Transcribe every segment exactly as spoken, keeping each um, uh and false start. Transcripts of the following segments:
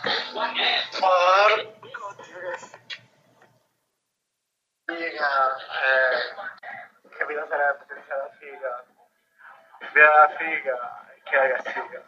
Figa, eh, capito sarebbe se dice la figa. Via la figa, che è la figa.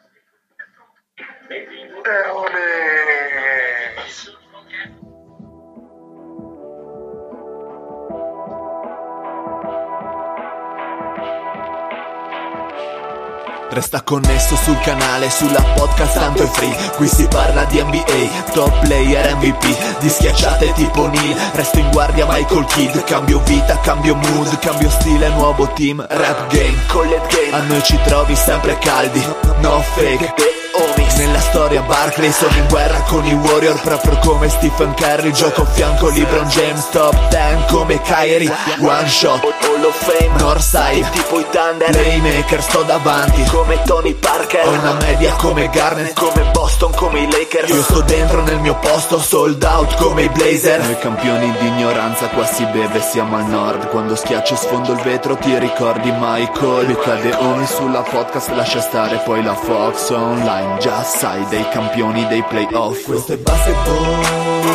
Resta connesso sul canale, sulla podcast tanto è free. Qui si parla di N B A, top player M V P, di schiacciate tipo Neil. Resto in guardia Michael Kidd, cambio vita, cambio mood, cambio stile, nuovo team, rap game, collet game. A noi ci trovi sempre caldi, no fake, homies. Nella storia Barkley, sono in guerra con i Warrior, proprio come Stephen Curry. Gioco a fianco LeBron James, top dieci come Kyrie. One shot, Hall of Fame, Northside, tipo i Thunder, Playmaker, sto davanti come Tony Parker. Ho una media come Garnett, come Boston, come i Lakers. Io sto dentro nel mio posto, sold out come i Blazer. Noi campioni di ignoranza, qua si beve, siamo al nord. Quando schiaccio e sfondo il vetro ti ricordi Michael. Mi cade ogni sulla podcast, lascia stare poi la Fox online. Già sai, dei campioni dei playoff. Questo è basketball,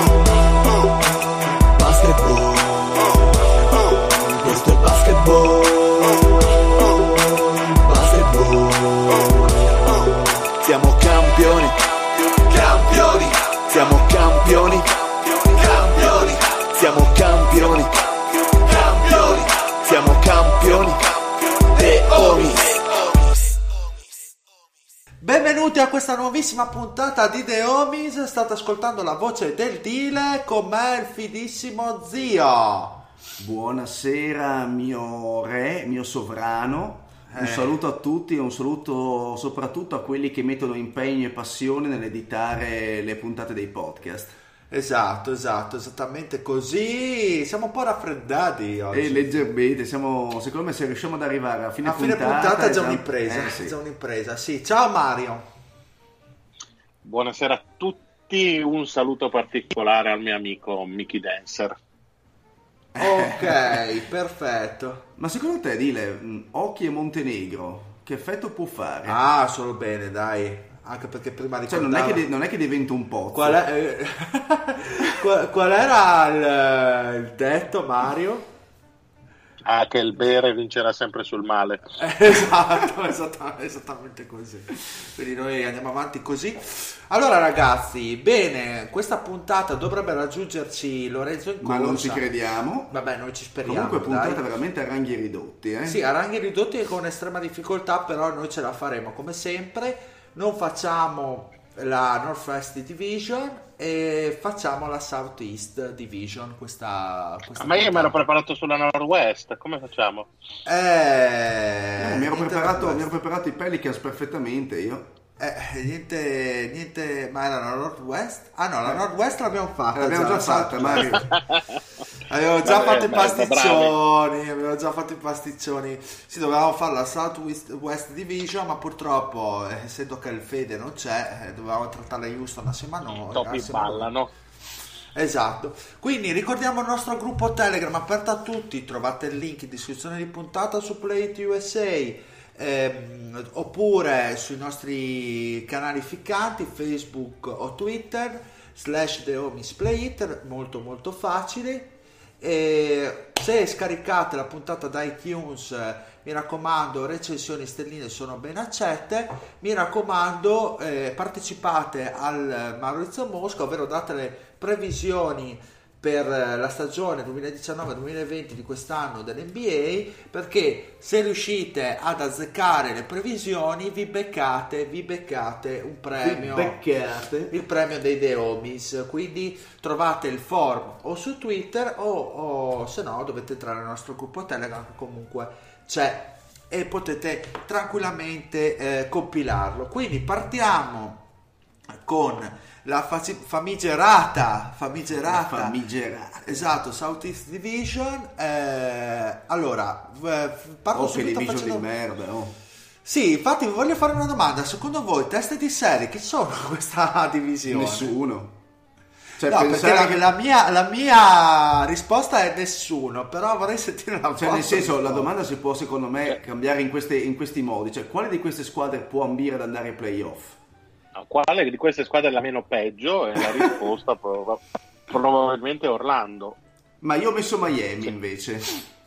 basketball. Questo è basketball, basketball. Siamo campioni, campioni. Siamo campioni, campioni. Siamo campioni, campioni. Siamo campioni, The Homies. Benvenuti a questa nuovissima puntata di The Homies. State ascoltando la voce del Dile, con me il fidissimo zio. Buonasera mio re, mio sovrano. Un Eh. saluto a tutti e un saluto soprattutto a quelli che mettono impegno e passione nell'editare le puntate dei podcast. Esatto, esatto, esattamente così. Siamo un po' raffreddati oggi. E leggermente, siamo, secondo me se riusciamo ad arrivare a fine A fine puntata, puntata è già già- un'impresa, eh, sì. è già un'impresa, sì. Ciao Mario. Buonasera a tutti, un saluto particolare al mio amico Mickey Dancer. Ok, perfetto. Ma secondo te, Dile, mh, Occhi e Montenegro, che effetto può fare? Ah, solo bene, dai. Anche perché prima cioè ricordavo... non è, che de- non è che diventa un pozzo. Qual, è, eh, qual, qual era il, il detto, Mario? Ah, che il bere vincerà sempre sul male. Esatto, esattamente, esattamente così. Quindi noi andiamo avanti così. Allora ragazzi, bene, questa puntata dovrebbe raggiungerci Lorenzo in corsa. Ma non ci crediamo. Vabbè, noi ci speriamo. Comunque puntata dai. veramente a ranghi ridotti, eh? Sì, a ranghi ridotti e con estrema difficoltà, però noi ce la faremo come sempre. Non facciamo la Northwest Division e facciamo la Southeast Division. Questa, questa Ma io mi puntata. ero preparato sulla Northwest, come facciamo? Eh, Eh, mi, ero niente preparato, Northwest. mi ero preparato i Pelicans perfettamente io. Eh, niente, niente, ma era la Northwest? Ah no, la Northwest l'abbiamo fatta. L'abbiamo già la fatta, Southwest. Mario. Avevo già Vabbè, fatto i basta, pasticcioni, avevo già fatto i pasticcioni. Sì, dovevamo fare la Southwest West Division, ma purtroppo, eh, essendo che il Fede non c'è, eh, dovevamo trattare Houston assieme a noi. Topi assieme a noi. ballano. Esatto, quindi ricordiamo il nostro gruppo Telegram aperto a tutti, trovate il link in descrizione di puntata su Play It U S A, ehm, oppure sui nostri canali ficcanti Facebook o Twitter slash The Homies Play It, molto molto facile. E se scaricate la puntata da iTunes, eh, mi raccomando, recensioni stelline sono ben accette. Mi raccomando, eh, partecipate al Maurizio Mosca, ovvero date le previsioni per la stagione duemiladiciannove duemilaventi di quest'anno dell'N B A, perché se riuscite ad azzeccare le previsioni vi beccate, vi beccate un premio, Beccate. il premio dei The Homies. Quindi trovate il form o su Twitter o, o se no dovete entrare nel nostro gruppo Telegram, che comunque c'è e potete tranquillamente eh, compilarlo. Quindi partiamo con la faci- famigerata famigerata Famigerata. esatto, Southeast Division. eh, allora v- parlo Oh, che subito division facendo... di merda, oh. Sì, infatti vi voglio fare una domanda. Secondo voi teste di serie che sono questa divisione? Nessuno. Cioè, No, perché pensare la, che- la mia, la mia risposta è nessuno, però vorrei sentire la Cioè, nel vostra senso, la risposta. domanda si può, secondo me, cambiare in, queste, in questi modi. Cioè, quale di queste squadre può ambire ad andare ai playoff? quale di queste squadre è la meno peggio? E la risposta prov- probabilmente Orlando. Ma io ho messo Miami Sì. invece.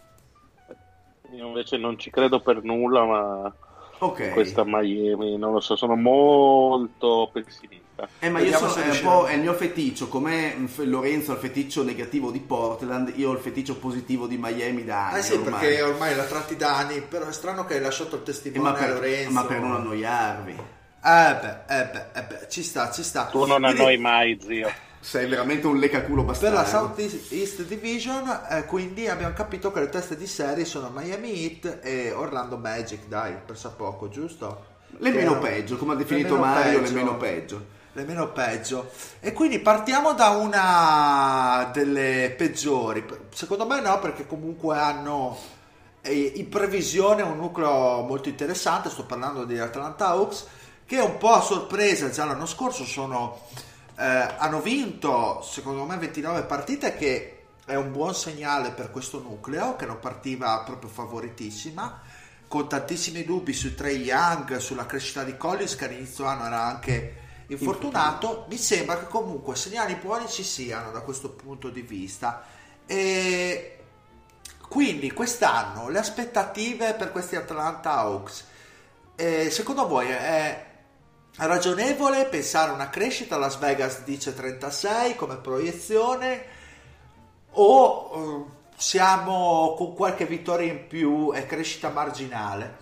Io invece non ci credo per nulla, ma Ok. questa Miami, non lo so, sono molto pessimista. Eh, ma io Vediamo sono, se è un riusciremo. po' è il mio feticcio, come Lorenzo ha il feticcio negativo di Portland, io ho il feticcio positivo di Miami da anni Eh sì, ormai. perché ormai la tratti da anni, però è strano che hai lasciato il Eh, testimone ma, a per, Lorenzo. ma per non annoiarvi. Eh beh, eh beh, eh beh, ci sta, ci sta. Tu non Quindi, annoi mai, zio. Sei veramente un lecaculo per la bastardo. South East Division, eh, quindi abbiamo capito che le teste di serie sono Miami Heat e Orlando Magic, dai, per sa poco, giusto? Le Che meno erano- peggio, come ha le definito meno Mario, le peggio. meno peggio. Le meno peggio. E quindi partiamo da una delle peggiori. Secondo me no, perché comunque hanno eh, in previsione un nucleo molto interessante. Sto parlando di Atlanta Hawks, che un po' a sorpresa già l'anno scorso sono, eh, hanno vinto secondo me ventinove partite, che è un buon segnale per questo nucleo che non partiva proprio favoritissima, con tantissimi dubbi su Trae Young, sulla crescita di Collins, che all'inizio anno era anche infortunato. Mi sembra che comunque segnali buoni ci siano da questo punto di vista, e quindi quest'anno le aspettative per questi Atlanta Hawks, eh, secondo voi è ragionevole pensare a una crescita? Las Vegas dice trentasei come proiezione, o eh, siamo con qualche vittoria in più e crescita marginale?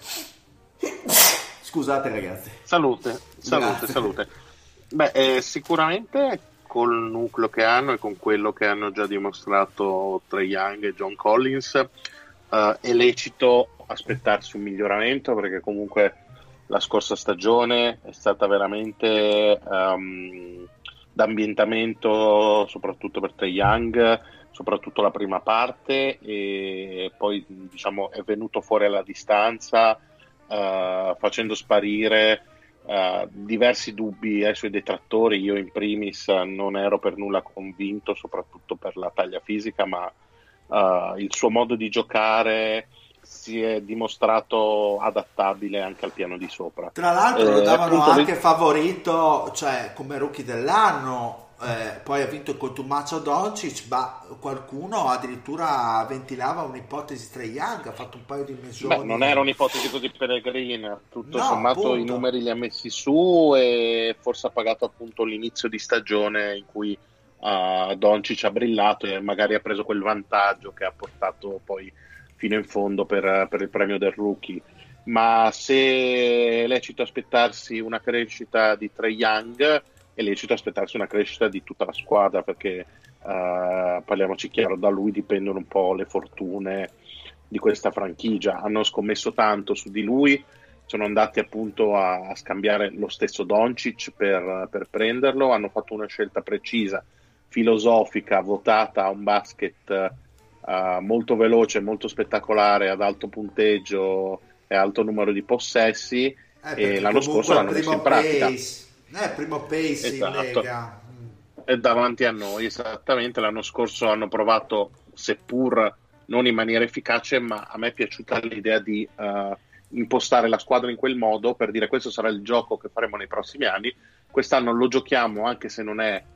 Scusate ragazzi. Salute, salute, Grazie. salute. Beh, eh, sicuramente col nucleo che hanno e con quello che hanno già dimostrato Trae Young e John Collins, eh, è lecito aspettarsi un miglioramento, perché comunque la scorsa stagione è stata veramente um, d'ambientamento, soprattutto per Trae Young, soprattutto la prima parte, e poi diciamo è venuto fuori alla distanza, uh, facendo sparire uh, diversi dubbi ai suoi detrattori. Io in primis non ero per nulla convinto, soprattutto per la taglia fisica, ma uh, il suo modo di giocare si è dimostrato adattabile anche al piano di sopra. Tra l'altro lo Eh, davano appunto, anche favorito, cioè come rookie dell'anno, eh, poi ha vinto il contumacio Doncic, ma qualcuno addirittura ventilava un'ipotesi Trae Young, ha fatto un paio di mesoni. Beh, non era un'ipotesi così peregrina, tutto No, sommato appunto. i numeri li ha messi su, e forse ha pagato appunto l'inizio di stagione in cui uh, Doncic ha brillato e magari ha preso quel vantaggio che ha portato poi fino in fondo per, per il premio del rookie. Ma se è lecito aspettarsi una crescita di Trae Young, è lecito aspettarsi una crescita di tutta la squadra, perché uh, parliamoci chiaro, da lui dipendono un po' le fortune di questa franchigia. Hanno scommesso tanto su di lui, sono andati appunto a, a scambiare lo stesso Doncic per, per prenderlo, hanno fatto una scelta precisa, filosofica, votata a un basket uh, molto veloce, molto spettacolare, ad alto punteggio e alto numero di possessi, Eh, perché e l'anno comunque scorso l'hanno il messo primo in pratica. pace, eh, primo pace in Esatto. Lega. Mm. È davanti a noi, esattamente. L'anno scorso hanno provato, seppur non in maniera efficace, ma a me è piaciuta l'idea di uh, impostare la squadra in quel modo, per dire questo sarà il gioco che faremo nei prossimi anni, quest'anno lo giochiamo anche se non è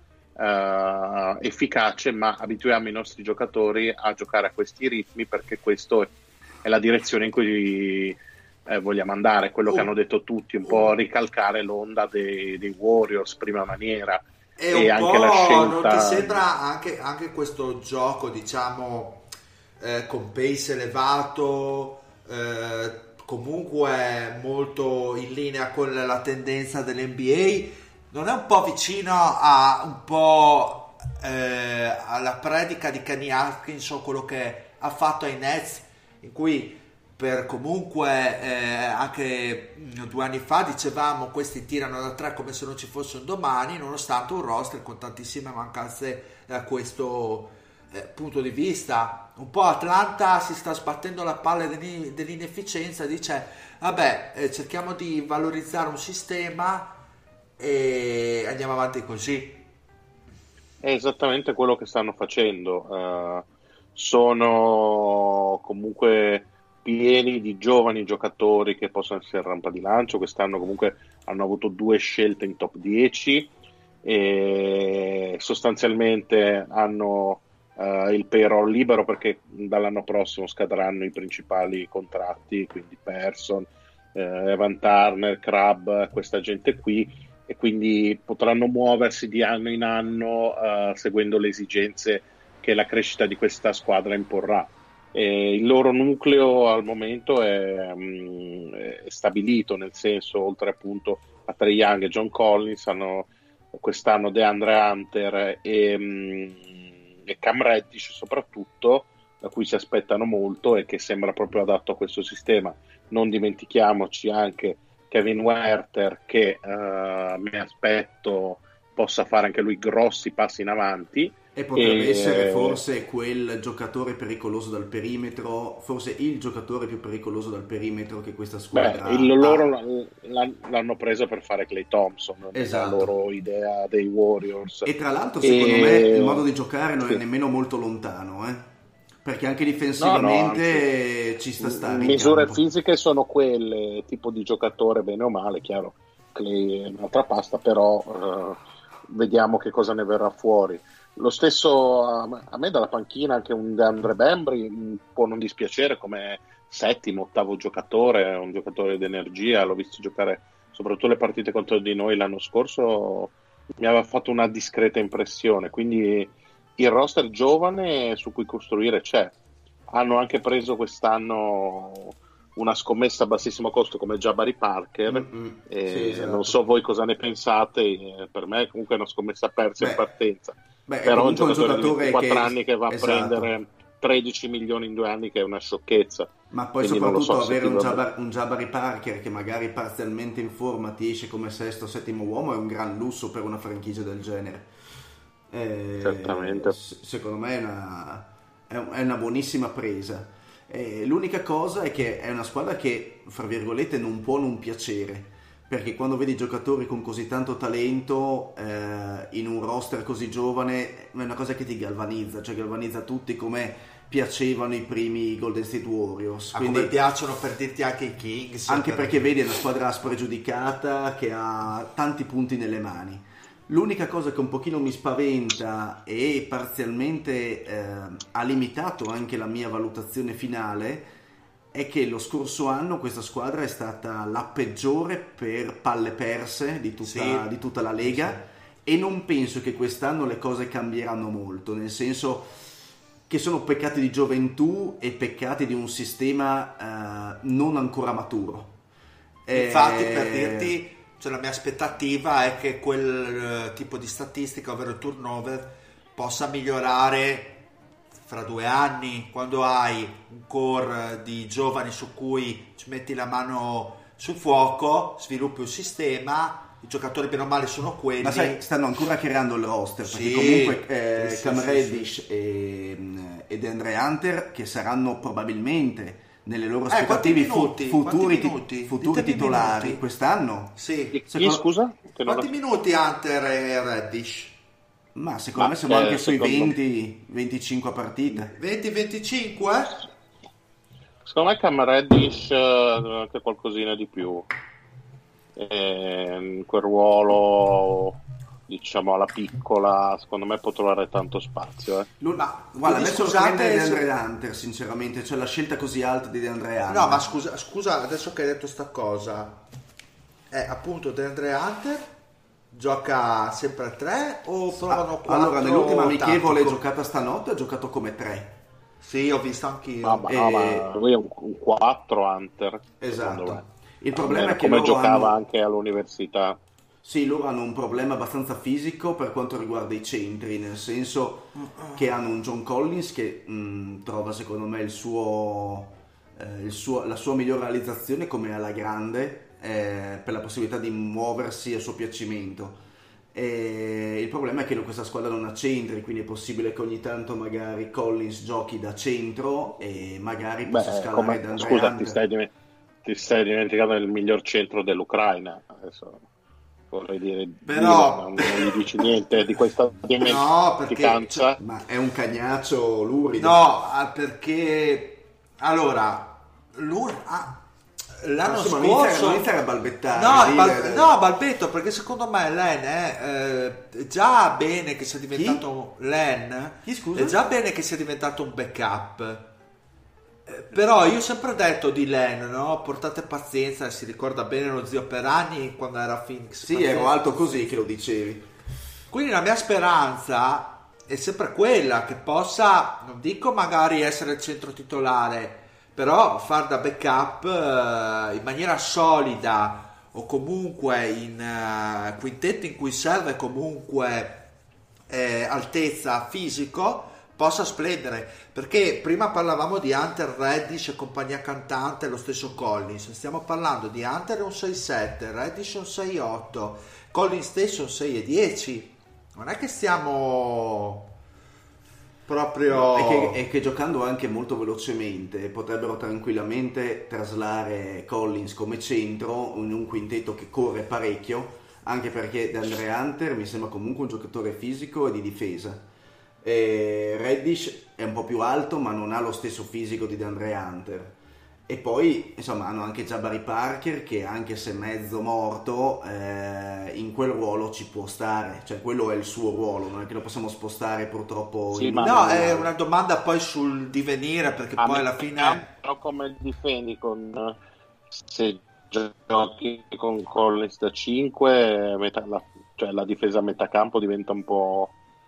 uh, efficace, ma abituiamo i nostri giocatori a giocare a questi ritmi, perché questo è la direzione in cui eh, vogliamo andare, quello Oh. che hanno detto tutti, un po' ricalcare l'onda dei, dei Warriors prima maniera. E E un anche po' la scelta- non ti sembra anche, anche questo gioco, diciamo, eh, con pace elevato, eh, comunque molto in linea con la tendenza dell'N B A, non è un po' vicino a un po' eh, alla predica di Kenny Atkinson, quello che ha fatto ai Nets, in cui per comunque eh, anche due anni fa dicevamo questi tirano da tre come se non ci fosse un domani, nonostante un roster con tantissime mancanze da questo eh, punto di vista. Un po' Atlanta si sta sbattendo la palla dell'in- dell'inefficienza, dice vabbè, eh, cerchiamo di valorizzare un sistema e andiamo avanti così. È esattamente quello che stanno facendo. Uh, sono comunque pieni di giovani giocatori che possono essere rampa di lancio. Quest'anno comunque hanno avuto due scelte in top dieci e sostanzialmente hanno uh, il payroll libero perché dall'anno prossimo scadranno i principali contratti, quindi Person, uh, Evan Turner, Crabbe, questa gente qui, e quindi potranno muoversi di anno in anno uh, seguendo le esigenze che la crescita di questa squadra imporrà. E il loro nucleo al momento è, um, è stabilito, nel senso, oltre appunto a Trae Young e John Collins, hanno quest'anno DeAndre Hunter e, um, e Cam Reddish soprattutto, da cui si aspettano molto e che sembra proprio adatto a questo sistema. Non dimentichiamoci anche Kevin Huerter, che uh, mi aspetto possa fare anche lui grossi passi in avanti. E potrebbe e... essere forse quel giocatore pericoloso dal perimetro, forse il giocatore più pericoloso dal perimetro che questa squadra Beh, il loro ha. l'hanno preso per fare Klay Thompson, esatto. La loro idea dei Warriors. E tra l'altro secondo e... me il modo di giocare non sì. è nemmeno molto lontano, eh? Perché anche difensivamente no, no, ci sta stare. Misure fisiche sono quelle, tipo di giocatore bene o male, chiaro, Klay è un'altra pasta, però uh, vediamo che cosa ne verrà fuori. Lo stesso a me dalla panchina anche un DeAndre Bembry può non dispiacere come settimo, ottavo giocatore, un giocatore d'energia. L'ho visto giocare soprattutto le partite contro di noi l'anno scorso, mi aveva fatto una discreta impressione, quindi il roster giovane su cui costruire c'è. Hanno anche preso quest'anno una scommessa a bassissimo costo come Jabari Parker, mm-hmm. e sì, esatto. Non so voi cosa ne pensate, per me comunque è una scommessa persa Beh. in partenza. Beh, però un giocatore, un giocatore di ventiquattro che... anni che va esatto. a prendere tredici milioni in due anni, che è una sciocchezza. Ma poi quindi soprattutto so avere un, Jabari, un Jabari Parker che magari parzialmente in forma ti esce come sesto o settimo uomo è un gran lusso per una franchigia del genere. Eh, certamente secondo me è una, è una buonissima presa. Eh, l'unica cosa è che è una squadra che, fra virgolette, non può non piacere, perché quando vedi giocatori con così tanto talento eh, in un roster così giovane è una cosa che ti galvanizza, cioè galvanizza tutti come piacevano i primi Golden State Warriors. Ah, quindi, come piacciono per dirti anche i Kings. Anche per perché vedi è una squadra spregiudicata che ha tanti punti nelle mani. L'unica cosa che un pochino mi spaventa e parzialmente eh, ha limitato anche la mia valutazione finale è che lo scorso anno questa squadra è stata la peggiore per palle perse di tutta, sì. di tutta la Lega, sì. E non penso che quest'anno le cose cambieranno molto, nel senso che sono peccati di gioventù e peccati di un sistema eh, non ancora maturo. Infatti, eh, per dirti, cioè, la mia aspettativa è che quel uh, tipo di statistica, ovvero il turnover, possa migliorare fra due anni, quando hai un core di giovani su cui ci metti la mano sul fuoco, sviluppi un sistema, i giocatori bene o male sono quelli. Ma sai, stanno ancora creando il roster, perché sì, comunque eh, sì, Cam sì, Reddish sì. E, e DeAndre Hunter, che saranno probabilmente nelle loro eh, aspettative minuti, fu- futuri, minuti? futuri titolari minuti? quest'anno. Sì. Chi, Secondo... scusa? Che Quanti non... minuti Hunter e Reddish? Ma secondo Ma, me siamo eh, anche sui secondo... venti venticinque partite. venti venticinque? Secondo me Cam Reddish uh, anche qualcosina di più. E, in quel ruolo, diciamo, alla piccola, secondo me può trovare tanto spazio. Eh. Ma guarda, adesso scusate, lo DeAndre Hunter, sinceramente, cioè la scelta così alta di DeAndre Hunter. No, ma scusa, scusa, adesso che hai detto sta cosa, è appunto DeAndre Hunter gioca sempre a tre o provano quattro? Allora, nell'ultima amichevole tattico? giocata stanotte ha giocato come tre. Sì, ho visto anch'io. Ah, ma, E... no, ma lui è un, un quattro Hunter. Esatto. Il problema è che come loro giocava hanno... anche all'università. Sì, loro hanno un problema abbastanza fisico per quanto riguarda i centri, nel senso che hanno un John Collins che mh, trova secondo me il suo, eh, il suo, la sua miglior realizzazione come alla grande, eh, per la possibilità di muoversi a suo piacimento. E il problema è che questa squadra non ha centri, quindi è possibile che ogni tanto magari Collins giochi da centro e magari possa Beh, scalare come... da Andre Scusa, Hunter. ti stai, dim- ti stai dimenticando del miglior centro dell'Ucraina. Adesso vorrei dire, Però... dire, non, non gli dici niente di questa dimenticanza. No, Ma è un cagnaccio lurido. No, perché allora lui, ah, l'anno Insomma, scorso non iniziare a balbettare. no, dire- bal- no, balbetto, perché secondo me Len è eh, già bene che sia diventato Len Chi, scusa? è già bene che sia diventato un backup. Eh, però io ho sempre detto di Len, no? Portate pazienza, si ricorda bene lo zio Perani quando era a Phoenix. Sì, Pazienza. ero alto così che lo dicevi. Quindi la mia speranza è sempre quella che possa, non dico magari essere il centro titolare, però far da backup eh, in maniera solida o comunque in eh, quintetti in cui serve comunque eh, altezza fisico, possa splendere. Perché prima parlavamo di Hunter, Reddish e compagnia cantante, lo stesso Collins. Stiamo parlando di Hunter un sei sette, Reddish un sei otto, Collins stesso un sei e dieci. Non è che stiamo proprio... È che, è che giocando anche molto velocemente potrebbero tranquillamente traslare Collins come centro in un quintetto che corre parecchio, anche perché DeAndre Hunter mi sembra comunque un giocatore fisico e di difesa. E Reddish è un po' più alto ma non ha lo stesso fisico di DeAndre Hunter. E poi insomma hanno anche Jabari Parker che anche se mezzo morto eh, in quel ruolo ci può stare, cioè quello è il suo ruolo, non è che lo possiamo spostare purtroppo Sì, in ma- No, è una domanda poi sul divenire, perché Ah, poi alla ma- fine... Però come difendi con se giochi con Collins da cinque, metà, la, cioè la difesa a metà campo diventa un po'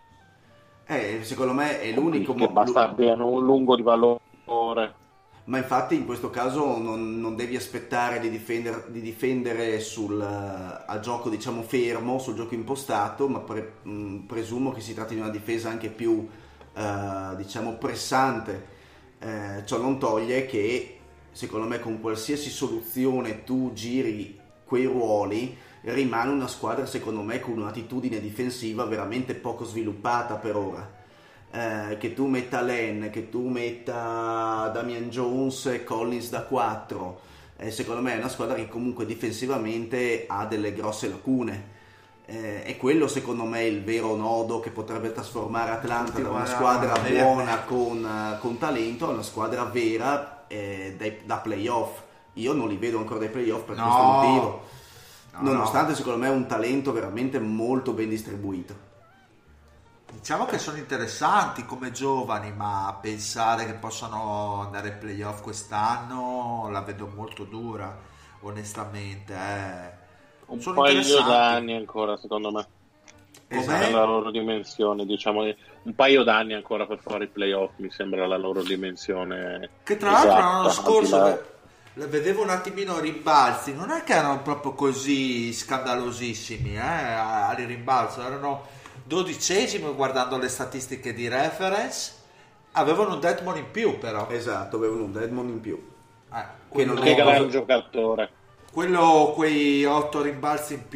Eh, secondo me è l'unico che mo- basta lu- abbiano un lungo di valore. ma infatti in questo caso non, non devi aspettare di difendere, di difendere sul, eh, a gioco diciamo fermo, sul gioco impostato, ma pre- mh, presumo che si tratti di una difesa anche più eh, diciamo pressante. Eh, ciò non toglie che secondo me con qualsiasi soluzione tu giri quei ruoli rimane una squadra secondo me con un'attitudine difensiva veramente poco sviluppata per ora. Eh, che tu metta Len, che tu metta Damian Jones e Collins da quattro, eh, secondo me è una squadra che comunque difensivamente ha delle grosse lacune. Eh, e quello secondo me è il vero nodo che potrebbe trasformare Atlanta da una squadra buona con, eh, con talento a una squadra vera eh, dai- da playoff. Io non li vedo ancora dai playoff per No. questo motivo, No, nonostante secondo me è un talento veramente molto ben distribuito. Diciamo che sono interessanti come giovani, ma pensare che possano andare ai playoff quest'anno la vedo molto dura, onestamente. eh. Un Sono paio interessanti. d'anni ancora secondo me Com'è? nella loro dimensione, diciamo un paio d'anni ancora per fare i playoff, mi sembra la loro dimensione Che tra l'altro esatta, l'anno al di scorso là- ve- le vedevo un attimino rimbalzi, non è che erano proprio così scandalosissimi, eh, al rimbalzo, erano dodicesimi guardando le statistiche di reference, avevano un deadmon in più però. Esatto, avevano un Deadmon in più. Eh, Che non quello, che è- gran giocatore. quello- quei otto rimbalzi in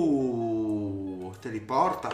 più te li porta.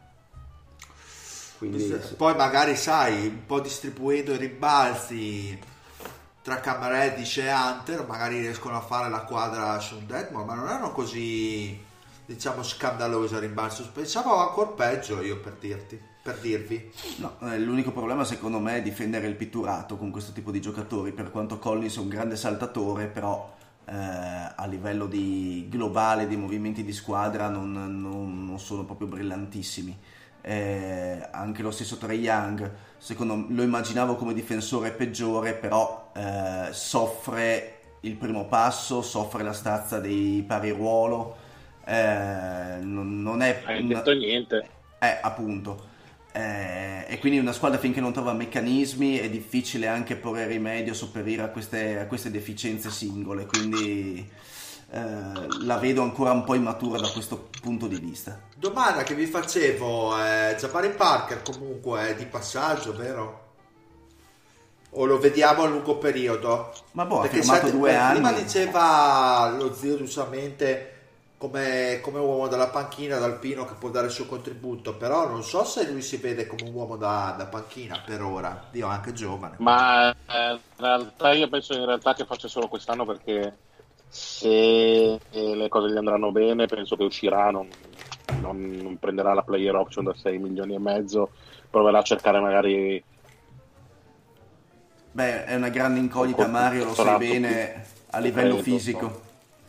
Quindi Poi magari sai, un po' distribuendo i rimbalzi tra Cam Reddish e Hunter, magari riescono a fare la quadra su un Deadmon, ma non erano così, diciamo, scandalosi a rimbalzo. Pensavo ancora peggio io, per dirti, per dirvi. no, eh, l'unico problema secondo me è difendere il pitturato con questo tipo di giocatori, per quanto Collins è un grande saltatore, però eh, a livello di globale di movimenti di squadra non, non- non sono proprio brillantissimi. Eh, anche lo stesso Trae Young secondo me lo immaginavo come difensore peggiore, però eh, soffre il primo passo, soffre la stazza dei pari ruolo, eh, non, non è Hai una- detto niente. eh, appunto. Eh, e quindi una squadra finché non trova meccanismi è difficile anche porre rimedio, sopperire a queste, a queste deficienze singole, quindi eh, la vedo ancora un po' immatura da questo punto di vista. Domanda che vi facevo, eh, Jabari Parker comunque è di passaggio, vero? O lo vediamo a lungo periodo? Ma boh, ha Perché firmato sai, due beh, anni. prima diceva lo zio giustamente come, come uomo dalla panchina, d'Alpino, che può dare il suo contributo, però non so se lui si vede come un uomo da, da panchina per ora. Dio, anche giovane. Ma eh, in realtà io penso in realtà che faccia solo quest'anno, perché se eh, le cose gli andranno bene penso che uscirà, non, non, non prenderà la player option da sei milioni e mezzo, proverà a cercare magari Beh, è una grande incognita, Mario, lo sai bene, a livello fisico.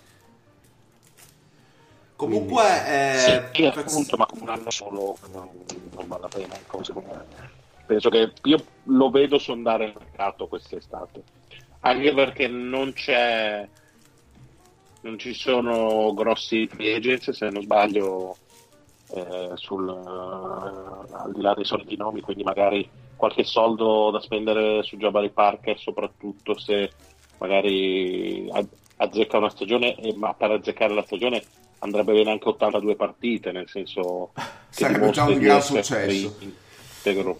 Comunque, eh, sì, appunto, ma un anno solo non, non vale la pena, secondo me. Penso che io lo vedo sondare il mercato quest'estate, anche perché non c'è, non ci sono grossi free agents, se non sbaglio, eh, sul, uh, al di là dei soliti nomi, quindi magari qualche soldo da spendere su Jabari Parker, soprattutto se magari azzecca una stagione, e, ma per azzeccare la stagione andrebbe bene anche ottantadue partite, nel senso che sarebbe già un gran successo. Eh,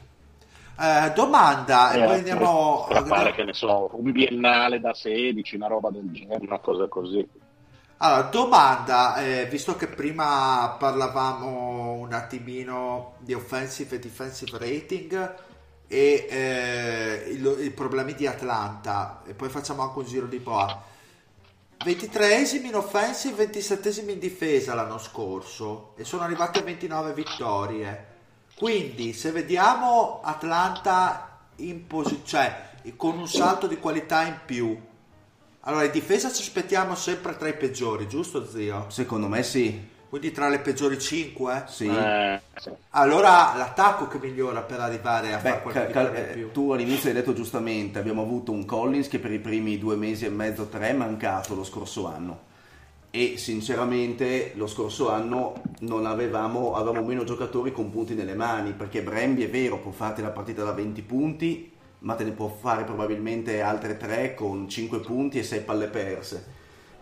domanda, e eh, poi andiamo a fare, che ne so, un biennale da sedici, una roba del genere, una cosa così. Allora, domanda, eh, visto che prima parlavamo un attimino di offensive e defensive rating e eh, i, i problemi di Atlanta, e poi facciamo anche un giro di boa. ventitreesimi in offensive, ventisettesimi in difesa l'anno scorso e sono arrivati a ventinove vittorie. Quindi se vediamo Atlanta in posi- cioè, con un salto di qualità in più, allora in difesa ci aspettiamo sempre tra i peggiori, giusto zio? Secondo me sì. Quindi tra le peggiori cinque? Sì. Eh, sì. Allora l'attacco che migliora per arrivare a Beh, fare qualche cal- vittoria in più. tu all'inizio hai detto giustamente, abbiamo avuto un Collins che per i primi due mesi e mezzo, tre, è mancato lo scorso anno. E sinceramente lo scorso anno non avevamo, avevamo meno giocatori con punti nelle mani, perché Bremby è vero, può farti la partita da venti punti, ma te ne può fare probabilmente altre tre con cinque punti e sei palle perse.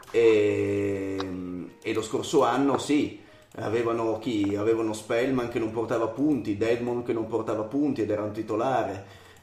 E, e lo scorso anno sì, avevano chi? Avevano Spellman che non portava punti, Dedmon che non portava punti ed era un titolare,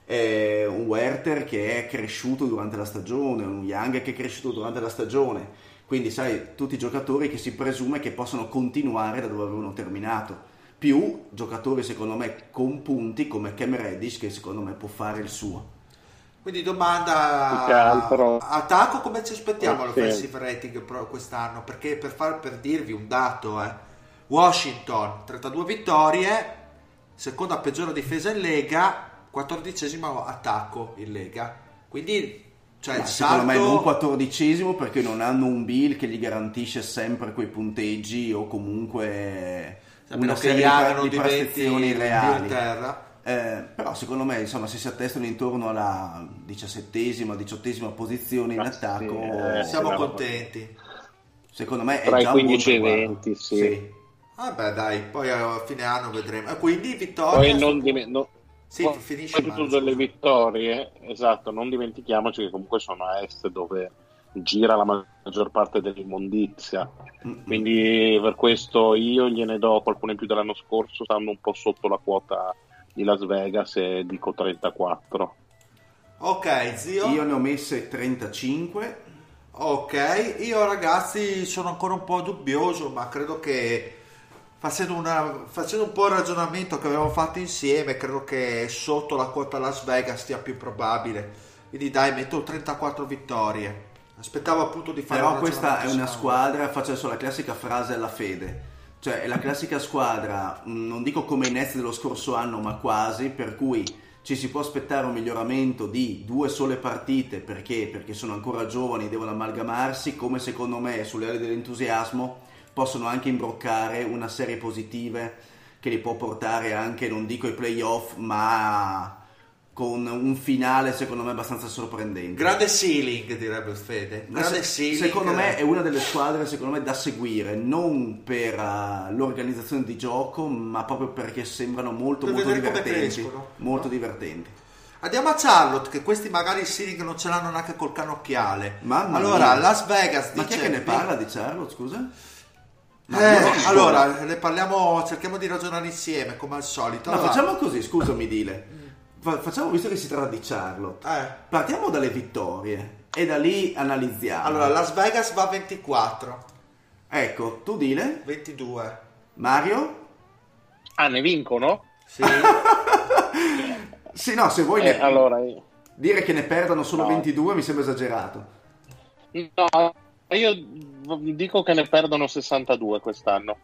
e un Werther che è cresciuto durante la stagione, un Young che è cresciuto durante la stagione. Quindi sai, tutti i giocatori che si presume che possono continuare da dove avevano terminato, più giocatori secondo me con punti come Cam Reddish che secondo me può fare il suo. Quindi domanda, altro... attacco come ci aspettiamo oh, l'offensive sì. rating pro quest'anno? Perché per, far, per dirvi un dato, eh, Washington trentadue vittorie, seconda peggiore difesa in Lega, quattordicesimo attacco in Lega, quindi cioè, il secondo salto... me non quattordicesimo perché non hanno un Bill che gli garantisce sempre quei punteggi o comunque una serie di, di prestazioni reali. Eh, però secondo me insomma se si attestano intorno alla diciassettesima, diciottesima posizione in Ma attacco sì, eh, siamo no. contenti. Secondo me è tra già i quindici un buon e traguardo. venti, sì. Sì. Vabbè dai, poi a fine anno vedremo. E quindi vittoria... Poi non dimentichiamo... Sì, poi finisci tutto male, delle scusa. vittorie, esatto, non dimentichiamoci che comunque sono a est dove gira la maggior parte dell'immondizia, Mm-mm. quindi per questo io gliene do qualcuno in più dell'anno scorso, stanno un po' sotto la quota di Las Vegas e dico trentaquattro. Ok, zio. Io ne ho messe trentacinque. Ok, io ragazzi sono ancora un po' dubbioso, ma credo che facendo, una, facendo un po' il ragionamento che avevamo fatto insieme, credo che sotto la quota Las Vegas sia più probabile. Quindi dai, metto trentaquattro vittorie. Aspettavo appunto di fare Però un questa è ragionamento una sano. squadra, faccio adesso la classica frase alla fede, cioè è la classica squadra, mh, non dico come i Nets dello scorso anno, ma quasi, per cui ci si può aspettare un miglioramento di due sole partite, perché? Perché sono ancora giovani, devono amalgamarsi, come secondo me sulle ali dell'entusiasmo possono anche imbroccare una serie positive che li può portare anche, non dico ai playoff, ma con un finale secondo me abbastanza sorprendente. Grande ceiling, direbbe Fede. Grande Se- ceiling. secondo me è una delle squadre secondo me da seguire, non per uh, l'organizzazione di gioco, ma proprio perché sembrano molto Per molto vedere come divertenti, crescono. molto divertenti. Andiamo a Charlotte, che questi magari il ceiling non ce l'hanno neanche col cannocchiale. Mamma allora, mia. Las Vegas Ma chi dice... è che ne parla di Charlotte, scusa? Ma Eh, no, allora, ne parliamo, cerchiamo di ragionare insieme, come al solito. ma Allora, facciamo così, scusami Dile. Fa- Facciamo, visto che si tratta di Charlotte, eh, partiamo dalle vittorie e da lì analizziamo. allora, Las Vegas va a ventiquattro, Ecco, tu Dile, ventidue. Mario? Ah, ne vincono? Sì. Sì, no, se vuoi Eh, ne- allora io... dire che ne perdono solo No. ventidue mi sembra esagerato. No, io dico che ne perdono sessantadue quest'anno.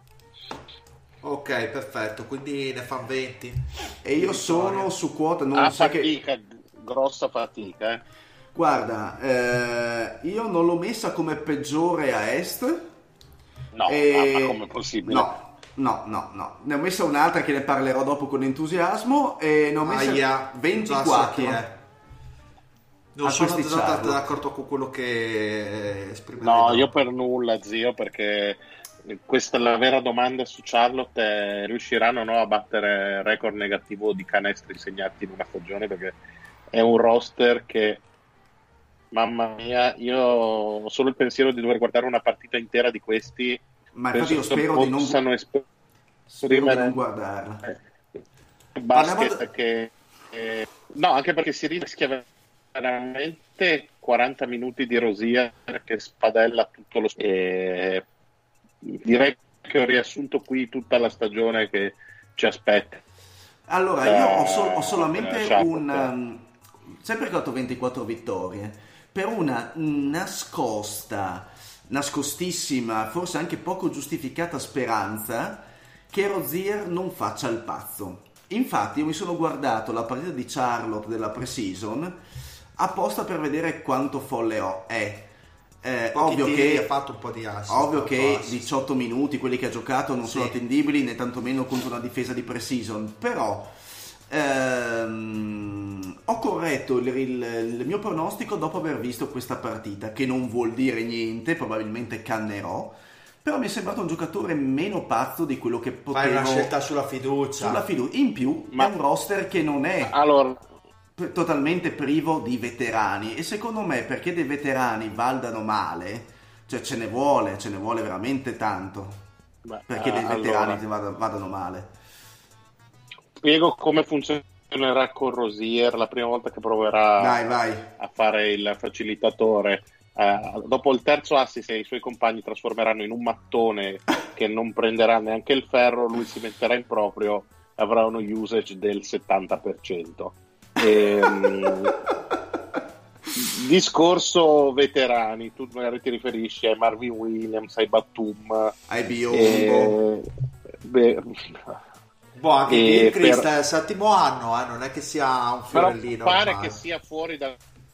Ok, perfetto, quindi ne fanno venti. E io Vittoria. sono su quota, non A sai che... fatica, grossa fatica. Eh. Guarda, eh, io non l'ho messa come peggiore a est. No, e... ma come è possibile? No, no, no, no. Ne ho messa un'altra che ne parlerò dopo con entusiasmo e ne ho messa Aia, ventiquattro. già so chi è. Non A sono questi esattamente Charlotte. d'accordo con quello che esprime. No, io per nulla, zio, perché questa la vera domanda su Charlotte è: riusciranno o no a battere il record negativo di canestri segnati in una stagione? Perché è un roster che, mamma mia, io ho solo il pensiero di dover guardare una partita intera di questi. Ma infatti io spero di non, possano spero di non guardarla. Eh, basket che eh, no, anche perché si rischia veramente quaranta minuti di Rosier che spadella tutto lo e direi che ho riassunto qui tutta la stagione che ci aspetta. Allora, io ho, sol- ho solamente eh, un um, sempre che ho fatto ventiquattro vittorie per una nascosta nascostissima, forse anche poco giustificata speranza che Rozier non faccia il pazzo. Infatti io mi sono guardato la partita di Charlotte della pre-season apposta per vedere quanto folle ho. è eh, ovvio che ha fatto un po' di assist, ovvio che assist. diciotto minuti quelli che ha giocato non Sì. sono attendibili né tantomeno contro una difesa di pre-season, però ehm, ho corretto il, il, il mio pronostico dopo aver visto questa partita, che non vuol dire niente, probabilmente cannerò, però mi è sembrato un giocatore meno pazzo di quello che potevo. Fai una scelta sulla fiducia. Sulla fiducia. In più Ma- è un roster che non è Allora, p- totalmente privo di veterani, e secondo me perché dei veterani valdano male, cioè ce ne vuole, ce ne vuole veramente tanto, beh, perché dei allora, veterani vadano, vadano male. spiego come funzionerà con Rosier la prima volta che proverà Vai, vai. a fare il facilitatore. Uh, dopo il terzo assist e i suoi compagni trasformeranno in un mattone che non prenderà neanche il ferro, lui si metterà in proprio e avrà uno usage del settanta per cento. E, um, discorso veterani, tu magari ti riferisci ai Marvin Williams, ai Batum, Ai Biombo. e, beh, Boh, anche E Gilchrist per- è il settimo anno, eh, non è che sia un però fiorellino. pare ormai. che sia fuori dalle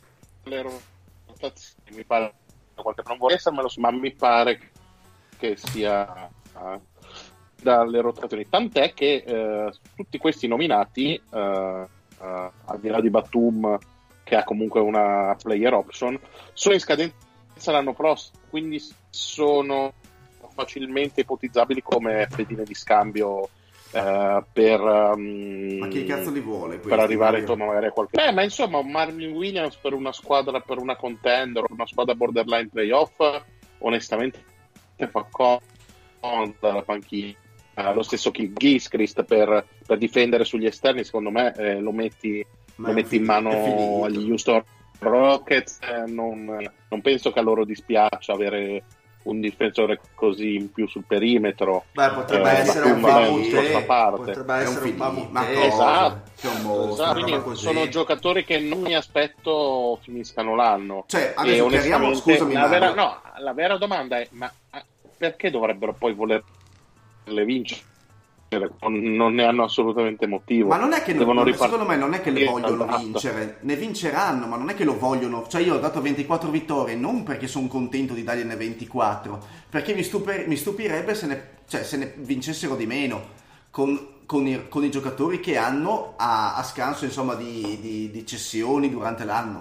rotazioni, mi pare, qualche- non vorrei essermelo, ma mi pare che sia eh, dalle rotazioni, tant'è che eh, tutti questi nominati eh, eh, al di là di Batum, che ha comunque una player option, sono in scadenza l'anno prossimo, quindi sono facilmente ipotizzabili come pedine di scambio eh, per um, Ma chi cazzo li vuole per questi, arrivare Mario? insomma magari a qualche eh, ma insomma un Marvin Williams per una squadra, per una contender, una squadra borderline playoff, onestamente fa comodo dalla panchina. Eh, lo stesso Gilchrist per, per difendere sugli esterni, secondo me eh, lo metti Ma lo è metti in finito, è mano finito. agli Houston Rockets, eh, non, non penso che a loro dispiaccia avere un difensore così in più sul perimetro. Beh, potrebbe Eh, essere un Batum è un discorso a Bamute, parte. potrebbe È un essere un finito, Bamute. ma cosa? Esatto. Che è un mostro, Esatto, una quindi roba così. sono giocatori che non mi aspetto finiscano l'anno. Cioè, E adesso chiariamo, onestamente, scusami, la vera, Mario. no, la vera domanda è: ma ah, perché dovrebbero poi volerle vincere? Non, non ne hanno assolutamente motivo. Ma non è che non, Devono non- ripart- secondo me non è che le Sì, vogliono esatto. vincere, ne vinceranno, ma non è che lo vogliono. Cioè io ho dato ventiquattro vittorie non perché sono contento di dargliene ventiquattro, perché mi, stupi- mi stupirebbe se ne, cioè, se ne vincessero di meno con, con i, con i giocatori che hanno a, a scanso insomma di, di, di cessioni durante l'anno.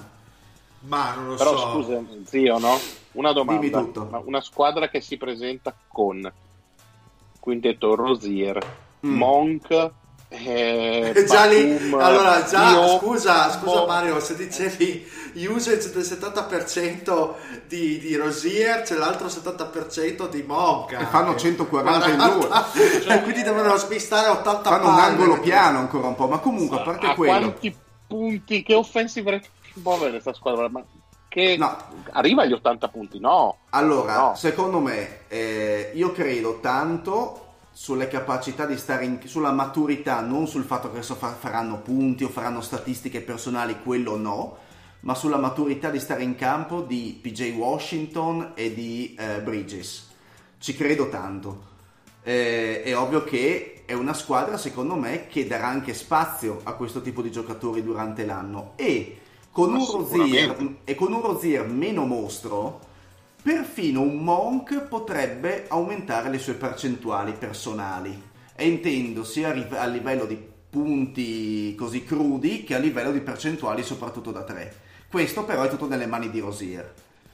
Ma non lo Però so. scusa, zio, no? Una domanda. Dimmi tutto. Ma una squadra che si presenta con quintetto Rosier, Mm. Monk, eh, Già lì, Batum, allora già Dio, scusa, scusa Mo- Mario, se dicevi usage del settanta per cento di, di Rosier, c'è l'altro settanta per cento di Monk. E fanno anche. centoquaranta in quaranta due. Cioè, quindi devono spistare ottanta Fanno un palle. angolo piano ancora un po', ma comunque a parte a quello. quanti punti, che offensive rate può avere questa squadra? Ma che No. arriva agli ottanta punti? No. Allora, No. secondo me, eh, io credo tanto sulle capacità di stare in, sulla maturità, non sul fatto che adesso fa- faranno punti o faranno statistiche personali, quello no, ma sulla maturità di stare in campo di P J Washington e di eh, Bridges. Ci credo tanto. Eh, è ovvio che è una squadra, secondo me, che darà anche spazio a questo tipo di giocatori durante l'anno, e con un Rozier e con un Rozier meno mostro, perfino un Monk potrebbe aumentare le sue percentuali personali, e intendo sia a livello di punti così crudi che a livello di percentuali soprattutto da tre. Questo però è tutto nelle mani di Rozier.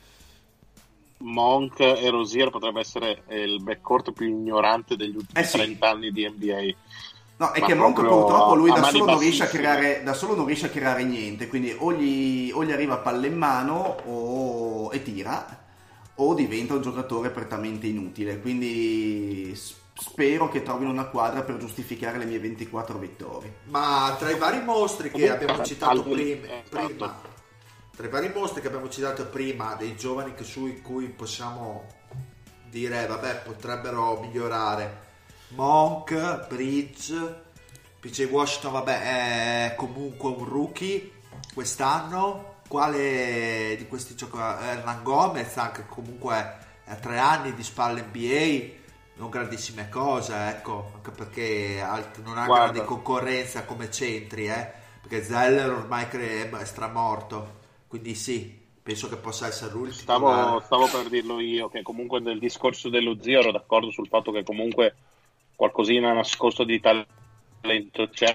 Monk e Rozier potrebbe essere il backcourt più ignorante degli ultimi eh sì. trenta anni di N B A. No, è che Monk purtroppo lui da solo, non riesce a bassissime. creare, da solo non riesce a creare niente, quindi o gli, o gli arriva palla in mano o, e tira, o diventa un giocatore prettamente inutile, quindi spero che trovino una quadra per giustificare le mie ventiquattro vittorie. Ma tra i vari mostri che Comunque, abbiamo citato al- prima, eh, prima esatto. tra i vari mostri che abbiamo citato prima, dei giovani che su cui possiamo dire vabbè potrebbero migliorare, Monk, Bridge, P J Washington vabbè è comunque un rookie quest'anno. Quale di questi giocatori? Hernan Gomez anche comunque a tre anni di spalle N B A, non grandissime cose, ecco, anche perché alt- non ha Guarda. grande concorrenza come centri, eh, perché Zeller ormai cre- è stramorto, quindi sì, penso che possa essere lui il Stavo, titolare. stavo per dirlo io, che comunque nel discorso dello zio ero d'accordo sul fatto che comunque qualcosina nascosto di talento c'è,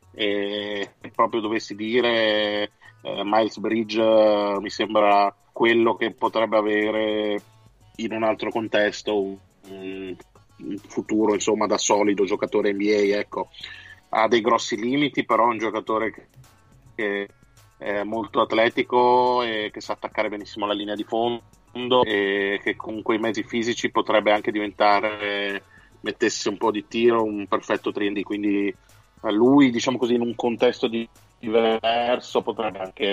e proprio dovessi dire eh, Miles Bridge eh, mi sembra quello che potrebbe avere in un altro contesto un, un futuro insomma da solido giocatore N B A, ecco. Ha dei grossi limiti, però è un giocatore che, che è molto atletico e che sa attaccare benissimo la linea di fondo, e che con quei mezzi fisici potrebbe anche diventare, mettesse un po' di tiro, un perfetto tre and D, quindi lui diciamo così in un contesto di diverso potrebbe anche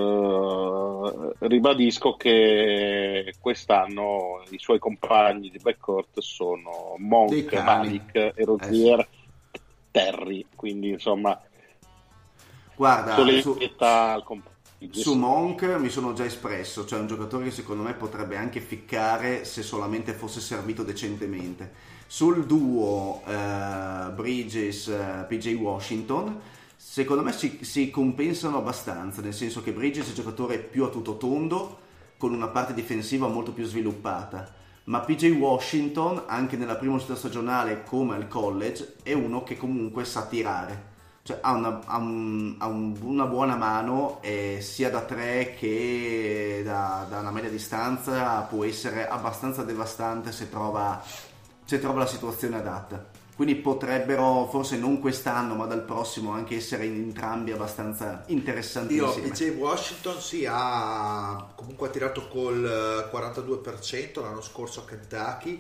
uh, ribadisco che quest'anno i suoi compagni di backcourt sono Dei Monk, cani. Malik e Rozier, eh sì. Terry, quindi insomma Guarda, su, solidità al compagno. su Monk mi sono già espresso, cioè un giocatore che secondo me potrebbe anche ficcare se solamente fosse servito decentemente. Sul duo uh, Bridges uh, P J Washington secondo me si, si compensano abbastanza, nel senso che Bridges è un giocatore più a tutto tondo con una parte difensiva molto più sviluppata, ma P J Washington anche nella prima uscita stagionale come al college è uno che comunque sa tirare, cioè ha una, ha un, ha un, una buona mano, e sia da tre che da, da una media distanza può essere abbastanza devastante se trova, se trova la situazione adatta. Quindi potrebbero, forse non quest'anno ma dal prossimo, anche essere entrambi abbastanza interessanti Io insieme. P J Washington sì, ha comunque ha tirato col quarantadue per cento l'anno scorso a Kentucky,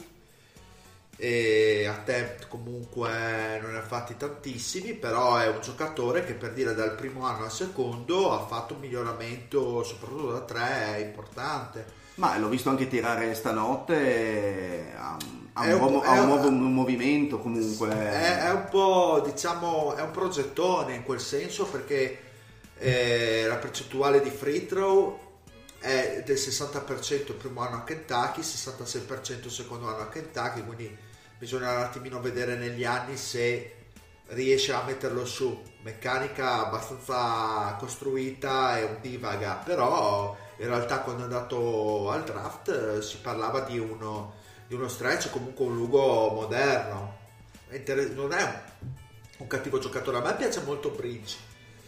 e attempt comunque non ne ha fatti tantissimi, però è un giocatore che per dire dal primo anno al secondo ha fatto un miglioramento soprattutto da tre importante. Ma l'ho visto anche tirare stanotte, ha, ha, un, un, nuovo, è ha un un, nuovo un movimento comunque. È, è un po', diciamo, è un progettone in quel senso, perché eh, la percentuale di free throw è del sessanta per cento il primo anno a Kentucky, sessantasei per cento il secondo anno a Kentucky, quindi bisogna un attimino vedere negli anni se riesce a metterlo su. Meccanica abbastanza costruita e un divaga, però in realtà quando è andato al draft si parlava di uno, di uno stretch, comunque un lugo moderno. Non è un, un cattivo giocatore, a me piace molto Bridge,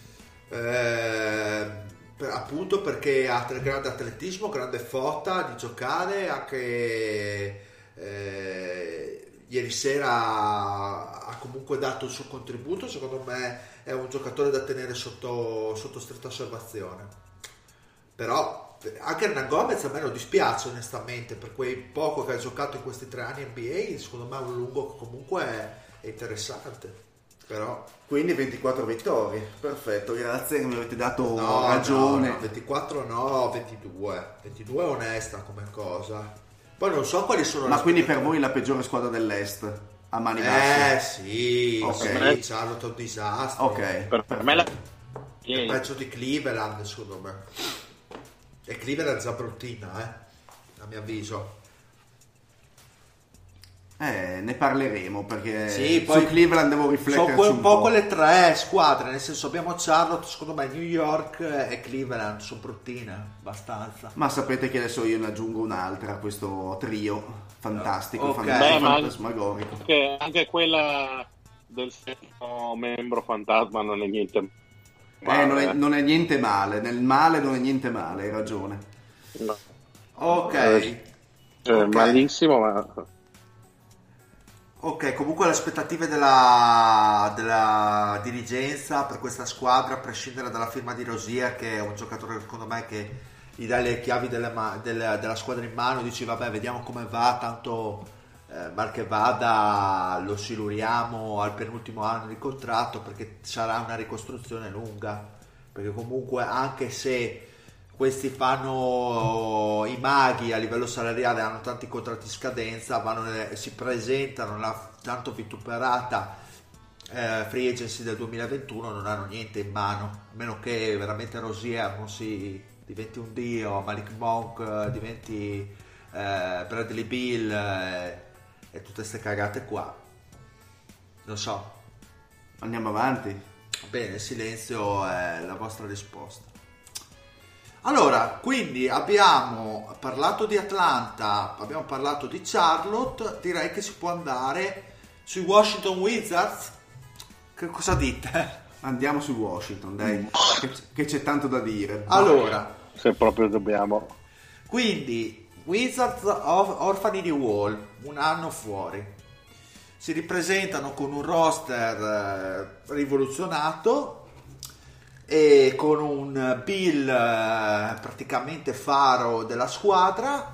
eh, per, appunto perché ha grande atletismo, grande fotta di giocare, anche eh, ieri sera ha comunque dato il suo contributo. Secondo me è un giocatore da tenere sotto, sotto stretta osservazione, però anche Hernan Gomez a me non dispiace onestamente, per quei poco che ha giocato in questi tre anni N B A, secondo me è un lungo che comunque è interessante. Però quindi ventiquattro vittorie, perfetto, grazie che mi avete dato no, ragione. no, no, ventiquattro no, ventidue ventidue è onesta come cosa. Poi non so quali sono ma le quindi per voi la peggiore squadra dell'Est a mani eh basse? sì, Ok. sì, Charlotte è un disastro. Ok, Per, per me la È peggio di Cleveland secondo me, e Cleveland è già bruttina, eh, a mio avviso. Eh, ne parleremo perché Sì, su poi Cleveland devo rifletterci sono un un po' po'. quelle tre squadre, nel senso abbiamo Charlotte, secondo me New York e Cleveland sono bruttine, abbastanza. Ma sapete che adesso io ne aggiungo un'altra a questo trio fantastico, Ok. fan- Beh, ma fantasmagorico. anche, anche quella del sesto membro fantasma non è niente male. Eh, non è, non è niente male, nel male non è niente male, hai ragione. No. Ok. Eh, cioè, Ok. malissimo, ma Ok, comunque le aspettative della, della dirigenza per questa squadra, a prescindere dalla firma di Rosier, che è un giocatore secondo me che gli dà le chiavi delle ma- della, della squadra in mano, dici vabbè vediamo come va, tanto eh, mal che vada lo siluriamo al penultimo anno di contratto perché sarà una ricostruzione lunga, perché comunque anche se questi fanno i maghi a livello salariale, hanno tanti contratti in scadenza, vanno nelle- si presentano nella tanto vituperata eh, free agency del duemilaventuno, non hanno niente in mano, a meno che veramente Rosier non si diventi un dio, Malik Monk eh, diventi eh, Bradley Beal eh, e tutte queste cagate qua, non so. Andiamo avanti. Bene, il silenzio è la vostra risposta. Allora, quindi abbiamo parlato di Atlanta, abbiamo parlato di Charlotte, direi che si può andare sui Washington Wizards. Che cosa dite? Andiamo su Washington, dai, che, che c'è tanto da dire. Allora, se proprio dobbiamo. quindi Wizards of Orfani di Wall, un anno fuori. Si ripresentano con un roster eh, rivoluzionato e con un Bill eh, praticamente faro della squadra.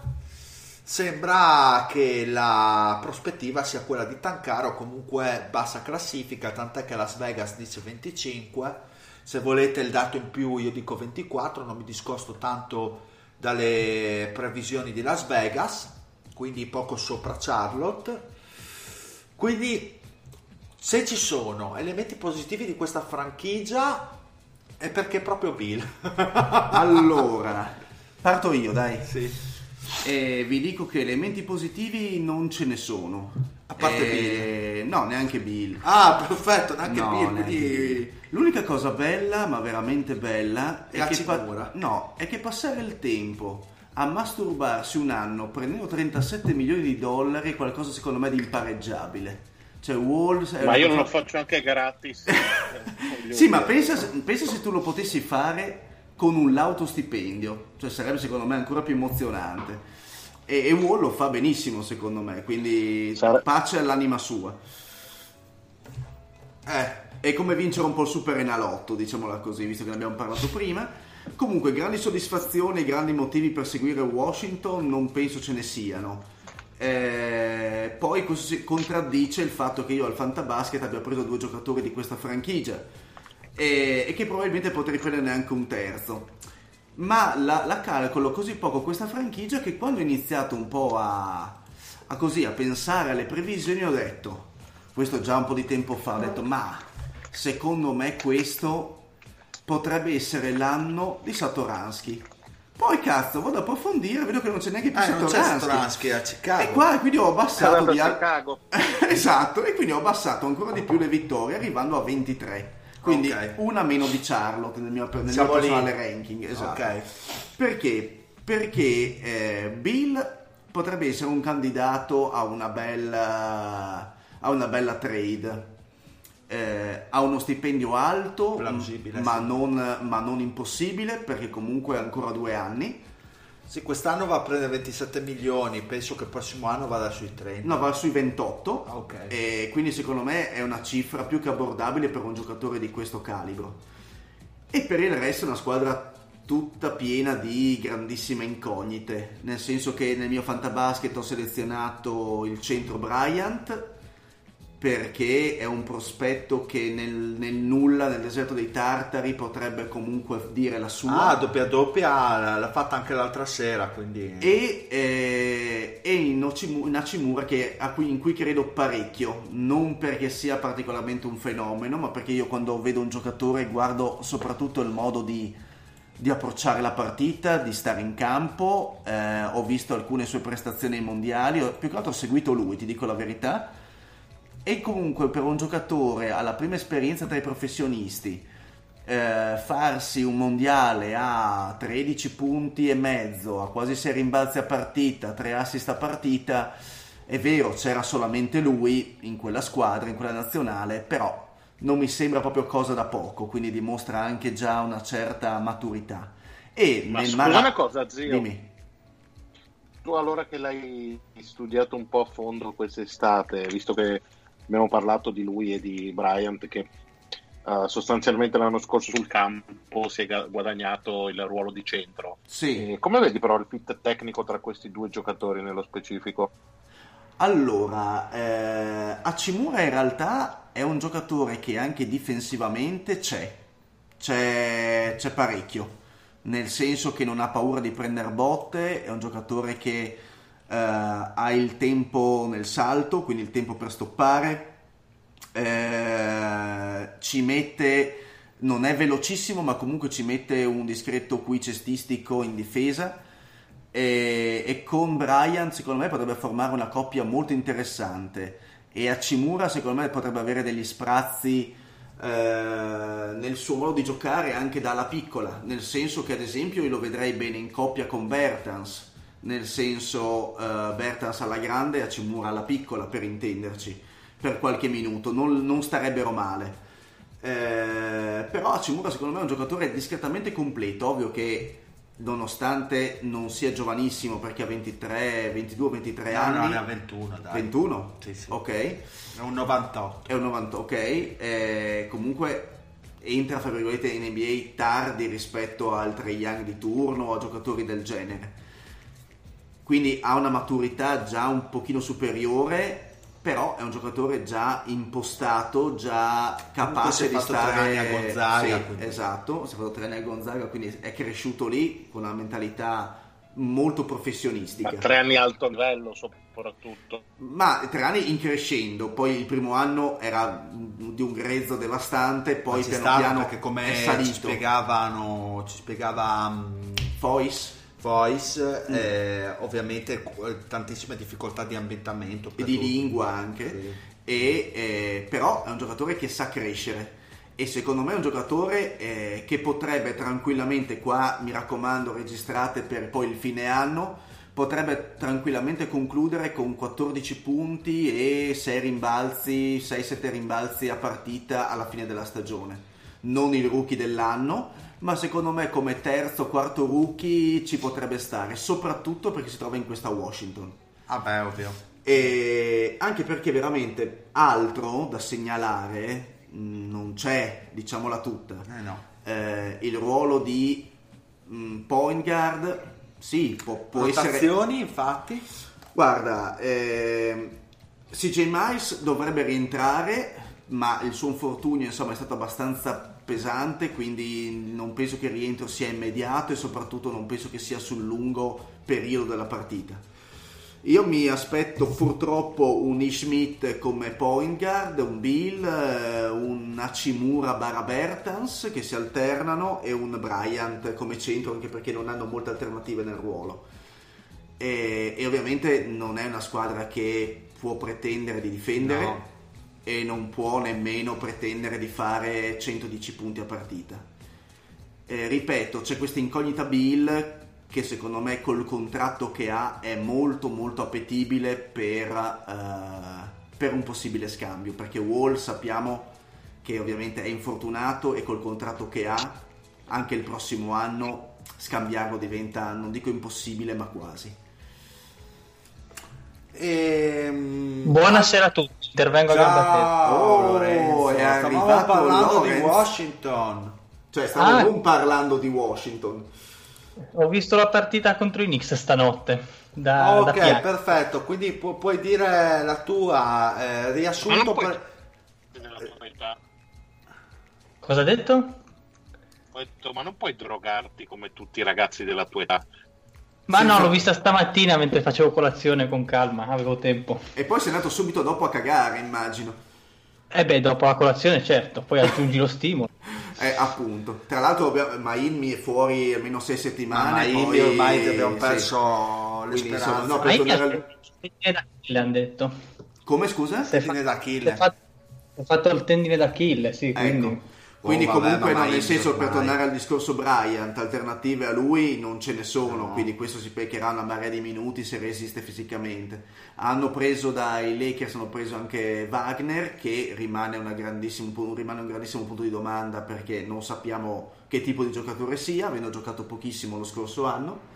Sembra che la prospettiva sia quella di tankare o comunque bassa classifica, tant'è che Las Vegas dice venticinque, se volete il dato in più io dico ventiquattro, non mi discosto tanto dalle previsioni di Las Vegas, quindi poco sopra Charlotte. Quindi se ci sono elementi positivi di questa franchigia è perché proprio Bill. Allora, parto io, dai. Sì. E vi dico che elementi positivi non ce ne sono. A parte Eh, no, neanche Bill. Ah, perfetto, neanche No, Bill, neanche quindi... Bill. L'unica cosa bella, ma veramente bella, E è che, Hachimura. no, è che passare il tempo a masturbarsi un anno prendendo trentasette milioni di dollari è qualcosa secondo me di impareggiabile. Cioè Wolves è Ma una io non cosa- lo faccio anche gratis. Sì, ma pensa, se- pensa se tu lo potessi fare con un lauto stipendio, cioè sarebbe secondo me ancora più emozionante. E, e Wall lo fa benissimo secondo me, quindi Sare- pace all'anima sua. Eh, È come vincere un po' il Super Enalotto, diciamola così, visto che ne abbiamo parlato prima. Comunque, grandi soddisfazioni e grandi motivi per seguire Washington non penso ce ne siano. Eh, poi questo si contraddice il fatto che io al Fantabasket abbia preso due giocatori di questa franchigia e, e che probabilmente potrei prenderne anche un terzo. Ma la, la calcolo così poco questa franchigia che quando ho iniziato un po' a, a così a pensare alle previsioni ho detto, questo già un po' di tempo fa, ho detto ma secondo me questo potrebbe essere l'anno di Satoransky. Poi cazzo vado ad approfondire, vedo che non c'è neanche più eh non c'è Satoransky. Satoransky a Chicago. E qua quindi ho abbassato Sarà di da al- Chicago. esatto, e quindi ho abbassato ancora di più le vittorie arrivando a ventitré. Quindi Ok. una meno di Charlotte nel mio, nel mio Siamo lì. personale ranking, esatto. Ok. Perché? Perché eh, Bill potrebbe essere un candidato a una bella a una bella trade. Eh, ha uno stipendio alto, Plausibile, ma, sì. non, ma non impossibile, perché comunque ha ancora due anni. Sì, quest'anno va a prendere ventisette milioni, penso che il prossimo anno vada sui trenta. No, va sui ventotto. Ah, ok. E quindi secondo me è una cifra più che abbordabile per un giocatore di questo calibro. E per il resto è una squadra tutta piena di grandissime incognite, nel senso che nel mio Fantabasket ho selezionato il centro Bryant perché è un prospetto che nel, nel nulla, nel deserto dei Tartari, potrebbe comunque dire la sua. Ah, doppia doppia l'ha fatta anche l'altra sera, quindi... E, eh, e in, Ocimu- in Hachimura che, a cui, in cui credo parecchio, non perché sia particolarmente un fenomeno, ma perché io quando vedo un giocatore guardo soprattutto il modo di di approcciare la partita, di stare in campo. Eh, ho visto alcune sue prestazioni ai mondiali, ho, più che altro ho seguito lui, ti dico la verità. E comunque per un giocatore alla prima esperienza tra i professionisti, eh, farsi un mondiale a tredici punti e mezzo, a quasi sei rimbalzi a partita, tre assist a partita, è vero, c'era solamente lui in quella squadra, in quella nazionale, però non mi sembra proprio cosa da poco, quindi dimostra anche già una certa maturità. E Ma nel scusa Mara- una cosa, zio. Dimmi. Tu allora che l'hai studiato un po' a fondo quest'estate, visto che abbiamo parlato di lui e di Bryant, che uh, sostanzialmente l'anno scorso sul campo si è ga- guadagnato il ruolo di centro. Sì. E come vedi però il fit tecnico tra questi due giocatori nello specifico? Allora, eh, Hachimura in realtà è un giocatore che anche difensivamente c'è, c'è, c'è parecchio, nel senso che non ha paura di prendere botte, è un giocatore che eh, ha il tempo nel salto, quindi il tempo per stoppare, eh, ci mette, non è velocissimo, ma comunque ci mette un discreto qui cestistico in difesa. E, e con Bryant secondo me potrebbe formare una coppia molto interessante, e Hachimura secondo me potrebbe avere degli sprazzi eh, nel suo modo di giocare anche dalla piccola, nel senso che ad esempio io lo vedrei bene in coppia con Bertans, nel senso eh, Bertans alla grande e Hachimura alla piccola, per intenderci, per qualche minuto non, non starebbero male. Eh, però Hachimura secondo me è un giocatore discretamente completo, ovvio che nonostante non sia giovanissimo, perché ha ventitré, ventidue ventitré No, anni. no, ne ha ventuno, dai. ventuno? Sì, sì. Ok. È un novantotto. È un novanta, ok. Eh, comunque entra, fra virgolette, in N B A tardi rispetto al Trae Young di turno o a giocatori del genere. Quindi ha una maturità già un pochino superiore, però è un giocatore già impostato, già capace di stare... tre anni a Gonzaga. Sì, Quindi. esatto, si è fatto tre anni a Gonzaga, quindi è cresciuto lì con una mentalità molto professionistica. Ma tre anni alto livello soprattutto. Ma tre anni in crescendo, poi il primo anno era di un grezzo devastante, poi ci piano stava, piano perché come è ci salito. spiegavano, ci spiegava um, Foyce Voice, Mm. eh, ovviamente eh, tantissime difficoltà di ambientamento e per di tutti. lingua anche, Sì. e, eh, però è un giocatore che sa crescere, e secondo me è un giocatore eh, che potrebbe tranquillamente, qua mi raccomando registrate per poi il fine anno, potrebbe tranquillamente concludere con quattordici punti e sei rimbalzi, sei sette rimbalzi a partita alla fine della stagione. Non il rookie dell'anno, ma secondo me come terzo, quarto rookie ci potrebbe stare, soprattutto perché si trova in questa Washington. Ah beh, ovvio. E anche perché veramente altro da segnalare mh, non c'è, diciamola tutta. Eh no. Eh, il ruolo di mh, point guard, sì, può, può essere... Rotazioni, infatti. Guarda, ehm, C J Miles dovrebbe rientrare, ma il suo infortunio insomma è stato abbastanza pesante, quindi non penso che il rientro sia immediato, e soprattutto non penso che sia sul lungo periodo della partita. Io mi aspetto purtroppo un Ishmit come point guard, un Bill, eh, un Hachimura barra Bertans che si alternano, e un Bryant come centro, anche perché non hanno molte alternative nel ruolo. E, e ovviamente non è una squadra che può pretendere di difendere, No. e non può nemmeno pretendere di fare centodieci punti a partita. Eh, ripeto, c'è questa incognita Bill che secondo me col contratto che ha è molto molto appetibile per, uh, per un possibile scambio, perché Wall sappiamo che ovviamente è infortunato, e col contratto che ha anche il prossimo anno scambiarlo diventa, non dico impossibile, ma quasi. Ehm... Buonasera a tutti, intervengo a gamba tesa. Ciao Oh, Lorenzo, è stavamo arrivato parlando di Lorenz. Washington. Cioè stavo Ah. non parlando di Washington. Ho visto la partita contro i Knicks stanotte. Da, da Ok, piangere. perfetto, quindi pu- puoi dire la tua eh, Ma riassunto non puoi- per... Nella tua età. Cosa ha detto? Ho detto, ma non puoi drogarti come tutti i ragazzi della tua età. Ma Sì, no, sì. l'ho vista stamattina mentre facevo colazione con calma, avevo tempo. E poi sei andato subito dopo a cagare, immagino. E beh, dopo la colazione certo, poi aggiungi lo stimolo. Eh, appunto. Tra l'altro Mailmi è fuori almeno sei settimane. Ma Mailmi poi... ormai abbiamo perso sì. le Quindi, speranze. insomma, no, per Mailmi tornare ha al... tendine d'Achille, hanno detto. Come, scusa? Si è Tendine fa- d'Achille. si è fatto, si è fatto il tendine d'Achille, sì, quindi... Ecco. Quindi Oh, vabbè, comunque ma no, nel Mailmi senso, per ormai. tornare al discorso Bryant, alternative a lui non ce ne sono, No. quindi questo si beccherà una marea di minuti se resiste fisicamente. Hanno preso dai Lakers, hanno preso anche Wagner, che rimane, una grandissimo, pu- rimane un grandissimo punto di domanda perché non sappiamo che tipo di giocatore sia, avendo giocato pochissimo lo scorso anno.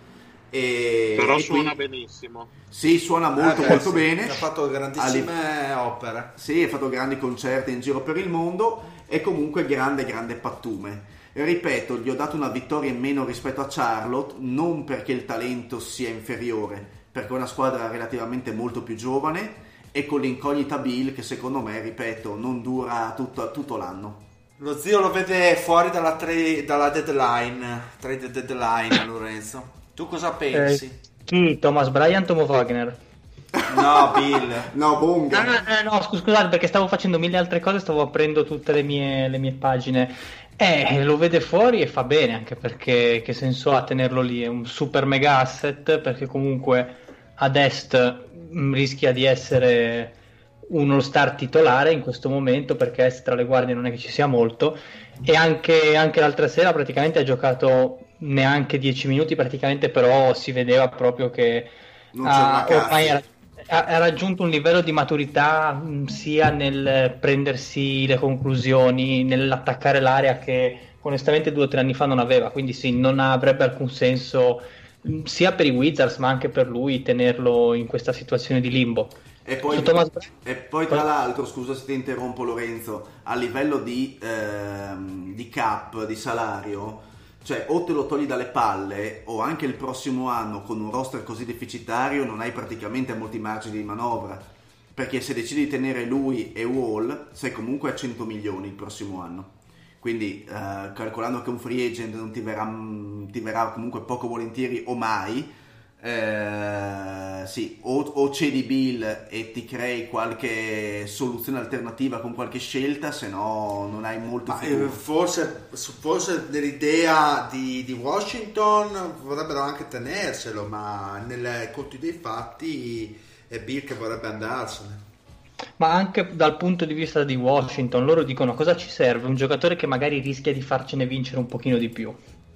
E, Però e suona quindi- benissimo. Sì, suona molto Eh, beh, molto sì, bene. ha fatto grandissime opere. Sì, ha fatto grandi concerti in giro per il mondo e comunque grande, grande pattume. Ripeto, gli ho dato una vittoria in meno rispetto a Charlotte, non perché il talento sia inferiore, perché è una squadra relativamente molto più giovane e con l'incognita Bill che secondo me, ripeto, non dura tutto, tutto l'anno. Lo zio lo vede fuori dalla, tra- dalla deadline, trade deadline, Lorenzo. Tu cosa pensi? Eh, chi? Thomas Bryant o Mo Wagner? No, Bill. No, Bonga. Ah, no, scus- scusate, perché stavo facendo mille altre cose, stavo aprendo tutte le mie, le mie pagine. Eh, lo vede fuori e fa bene, anche perché che senso ha tenerlo lì? È un super mega asset, perché comunque ad est mh, rischia di essere uno star titolare in questo momento, perché est tra le guardie non è che ci sia molto, e anche, anche l'altra sera praticamente ha giocato neanche dieci minuti praticamente, però si vedeva proprio che Non c'era una ah, cazzo. ormai era ha ha raggiunto un livello di maturità mh, sia nel prendersi le conclusioni, nell'attaccare l'area, che onestamente due o tre anni fa non aveva, quindi sì, non avrebbe alcun senso mh, sia per i Wizards ma anche per lui tenerlo in questa situazione di limbo. E poi, Su Thomas- e poi tra l'altro, scusa se ti interrompo Lorenzo, a livello di, ehm, di cap, di salario, cioè o te lo togli dalle palle o anche il prossimo anno con un roster così deficitario non hai praticamente molti margini di manovra, perché se decidi di tenere lui e Wall sei comunque a cento milioni il prossimo anno, quindi eh, calcolando che un free agent non ti verrà, ti verrà comunque poco volentieri o mai, eh, sì, o, o cedi Bill e ti crei qualche soluzione alternativa con qualche scelta, se no non hai molto Ma, futuro. eh, forse, forse nell'idea di, di Washington vorrebbero anche tenerselo, ma nel conti dei fatti è Bill che vorrebbe andarsene. Ma anche dal punto di vista di Washington, loro dicono: cosa ci serve? Un giocatore che magari rischia di farcene vincere un pochino di più.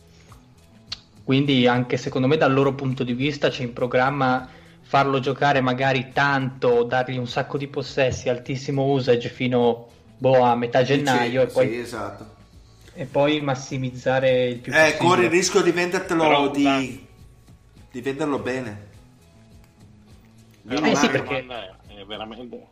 Quindi anche secondo me dal loro punto di vista c'è in programma farlo giocare magari tanto, dargli un sacco di possessi, altissimo usage fino boh, a metà gennaio, Sì, e poi, sì, esatto. e poi massimizzare il più Eh, possibile. corri il rischio di vendertelo, Però, di, dai. di venderlo bene. Però Eh sì, la perché- domanda è, è veramente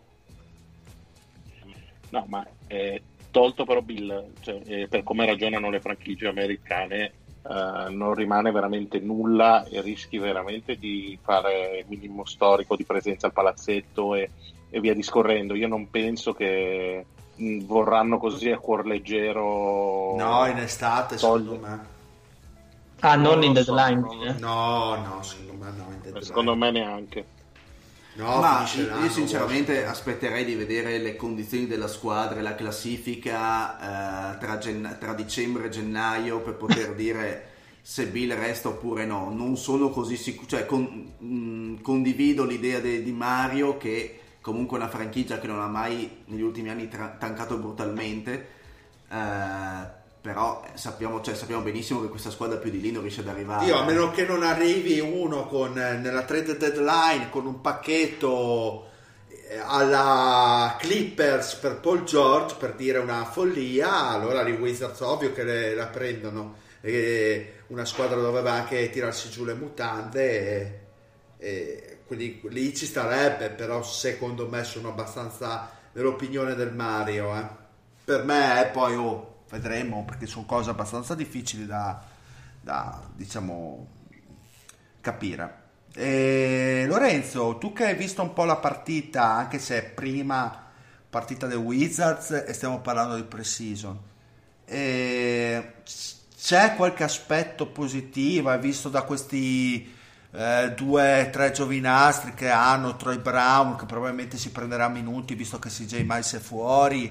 no, ma eh, tolto però Bill, cioè, eh, per come ragionano le franchigie americane, eh, non rimane veramente nulla e rischi veramente di fare minimo storico di presenza al palazzetto e, e via discorrendo. Io non penso che mh, vorranno così a cuor leggero. No, in estate secondo Togliere. me. Ah, non Non in lo so, deadline. non lo eh? No, no, secondo me no. In deadline. Secondo me neanche. no, Ma finisce io l'anno, sinceramente Washington. aspetterei di vedere le condizioni della squadra e la classifica eh, tra, gen- tra dicembre e gennaio per poter dire se Bill resta oppure no. Non sono così sicuro, cioè con- mh, condivido l'idea de- di Mario che comunque è una franchigia che non ha mai negli ultimi anni tra- tancato brutalmente, eh, però sappiamo, cioè, sappiamo benissimo che questa squadra più di lì non riesce ad arrivare. Io, a meno che non arrivi uno con eh, nella trade deadline con un pacchetto eh, alla Clippers per Paul George, per dire una follia, allora i Wizards ovvio che le, la prendono. E una squadra doveva anche tirarsi giù le mutande e, e quindi lì ci starebbe, però secondo me sono abbastanza nell'opinione del Mario, eh. Per me eh, poi oh, vedremo, perché sono cose abbastanza difficili da, da diciamo capire. E Lorenzo, tu che hai visto un po' la partita, anche se è prima partita dei Wizards e stiamo parlando di pre-season, e c'è qualche aspetto positivo hai visto da questi eh, due tre giovinastri che hanno, Troy Brown che probabilmente si prenderà minuti visto che C J Miles è fuori,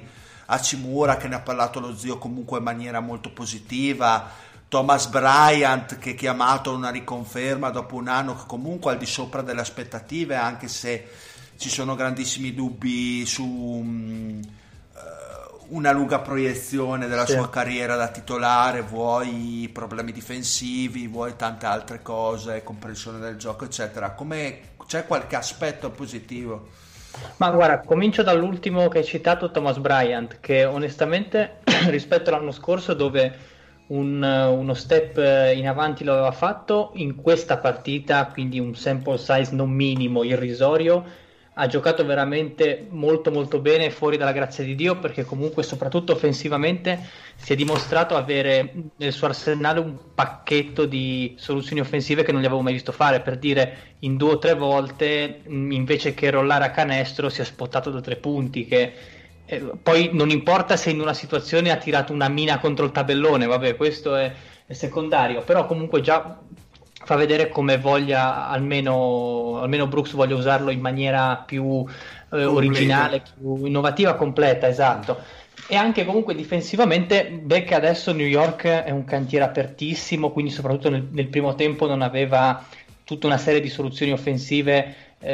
Hachimura che ne ha parlato lo zio comunque in maniera molto positiva, Thomas Bryant che è chiamato a una riconferma dopo un anno che comunque al di sopra delle aspettative, anche se ci sono grandissimi dubbi su um, una lunga proiezione della sì. sua carriera da titolare, vuoi problemi difensivi, vuoi tante altre cose, comprensione del gioco eccetera. Come c'è qualche aspetto positivo? Ma guarda, comincio dall'ultimo che hai citato, Thomas Bryant, che onestamente rispetto all'anno scorso dove un, uno step in avanti lo aveva fatto, in questa partita, quindi un sample size non minimo, irrisorio, ha giocato veramente molto molto bene fuori dalla grazia di Dio, perché comunque soprattutto offensivamente si è dimostrato avere nel suo arsenale un pacchetto di soluzioni offensive che non gli avevo mai visto fare. Per dire, in due o tre volte invece che rollare a canestro si è spottato da tre punti, che eh, poi non importa se in una situazione ha tirato una mina contro il tabellone, vabbè, questo è, è secondario, però comunque già fa vedere come voglia, almeno, almeno Brooks voglia usarlo in maniera più eh, originale, più innovativa, completa, esatto. E anche comunque difensivamente Beck adesso New York è un cantiere apertissimo, quindi soprattutto nel, nel primo tempo non aveva tutta una serie di soluzioni offensive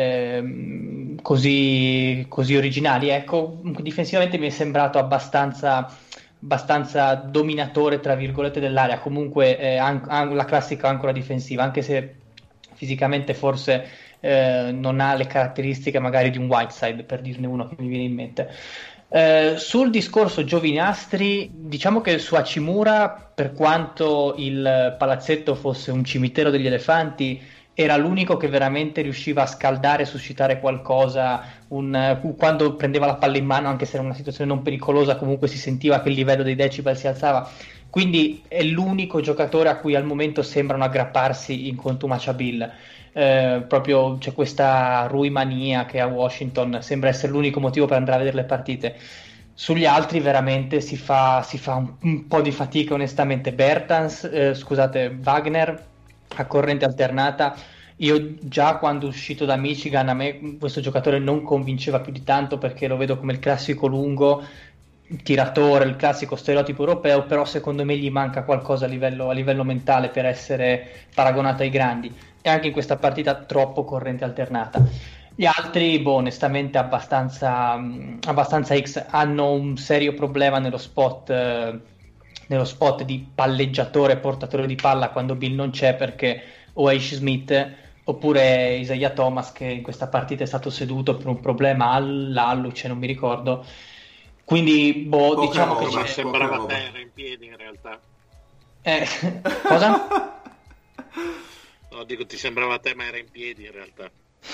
eh, così, così originali. Ecco, difensivamente mi è sembrato abbastanza abbastanza dominatore tra virgolette dell'area, comunque eh, an- an- la classica ancora difensiva, anche se fisicamente forse eh, non ha le caratteristiche magari di un Whiteside, per dirne uno che mi viene in mente. Eh, sul discorso giovinastri, diciamo che su Hachimura, per quanto il palazzetto fosse un cimitero degli elefanti, era l'unico che veramente riusciva a scaldare e suscitare qualcosa. Un, quando prendeva la palla in mano, anche se era una situazione non pericolosa, comunque si sentiva che il livello dei decibel si alzava. Quindi è l'unico giocatore a cui al momento sembrano aggrapparsi in contumacia Bill. Eh, proprio c'è questa Rui mania che a Washington sembra essere l'unico motivo per andare a vedere le partite. Sugli altri veramente si fa, si fa un, un po' di fatica onestamente. Bertans, eh, scusate, Wagner a corrente alternata. Io già quando uscito da Michigan a me questo giocatore non convinceva più di tanto, perché lo vedo come il classico lungo tiratore, il classico stereotipo europeo, però secondo me gli manca qualcosa a livello, a livello mentale per essere paragonato ai grandi, e anche in questa partita troppo corrente alternata. Gli altri, boh, onestamente abbastanza, abbastanza X, hanno un serio problema nello spot eh, nello spot di palleggiatore, portatore di palla quando Bill non c'è, perché o Aish Smith oppure Isaiah Thomas, che in questa partita è stato seduto per un problema all'alluce, non mi ricordo. Quindi boh, poca diciamo roba, che c'è... sembrava a terra in piedi in realtà. Eh, cosa? No, dico, ti sembrava a te ma era in piedi in realtà.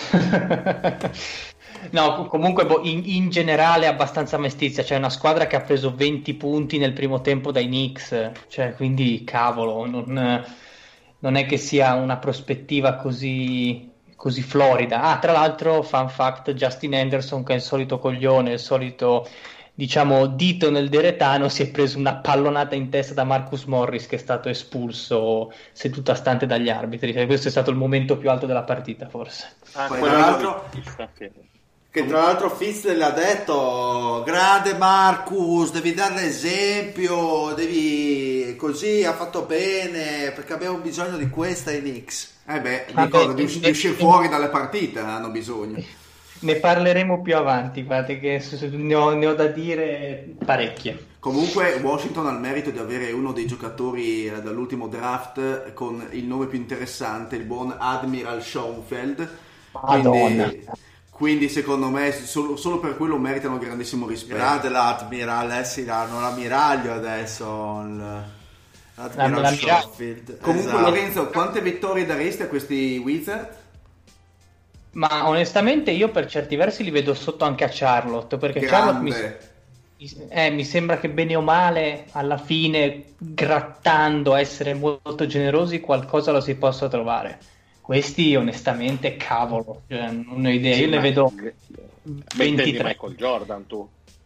No, comunque boh, in, in generale abbastanza mestizia. C'è una squadra che ha preso venti punti nel primo tempo dai Knicks, cioè, quindi cavolo, non, non è che sia una prospettiva così, così florida. Ah, tra l'altro, fun fact, Justin Henderson, che è il solito coglione, il solito, diciamo, dito nel deretano, si è preso una pallonata in testa da Marcus Morris, che è stato espulso seduta stante dagli arbitri. Cioè, questo è stato il momento più alto della partita, forse. Ah, tra l'altro, che tra l'altro Fitz le ha detto: grande Marcus, devi dare l'esempio, devi così, ha fatto bene, perché abbiamo bisogno di questa in Knicks. Eh beh, di cosa? Di uscire fuori dalle partite hanno bisogno. Ne parleremo più avanti, guardate che ne ho, ne ho da dire parecchie. Comunque Washington ha il merito di avere uno dei giocatori eh, dall'ultimo draft con il nome più interessante, il buon Admiral Schoenfeld. Quindi, quindi secondo me solo, solo per quello meritano grandissimo rispetto. Grande l'Admiral, eh sì, hanno l'ammiraglio adesso, l'Admiral Schoenfeld. Comunque esatto. Lorenzo, quante vittorie daresti a questi Wizards? Ma onestamente io per certi versi li vedo sotto anche a Charlotte, perché Grande. Charlotte mi, eh, mi sembra che bene o male alla fine, grattando, essere molto generosi, qualcosa lo si possa trovare. Questi onestamente cavolo, cioè, non ho idea, sì, io ne vedo ventitré. Michael Jordan tu?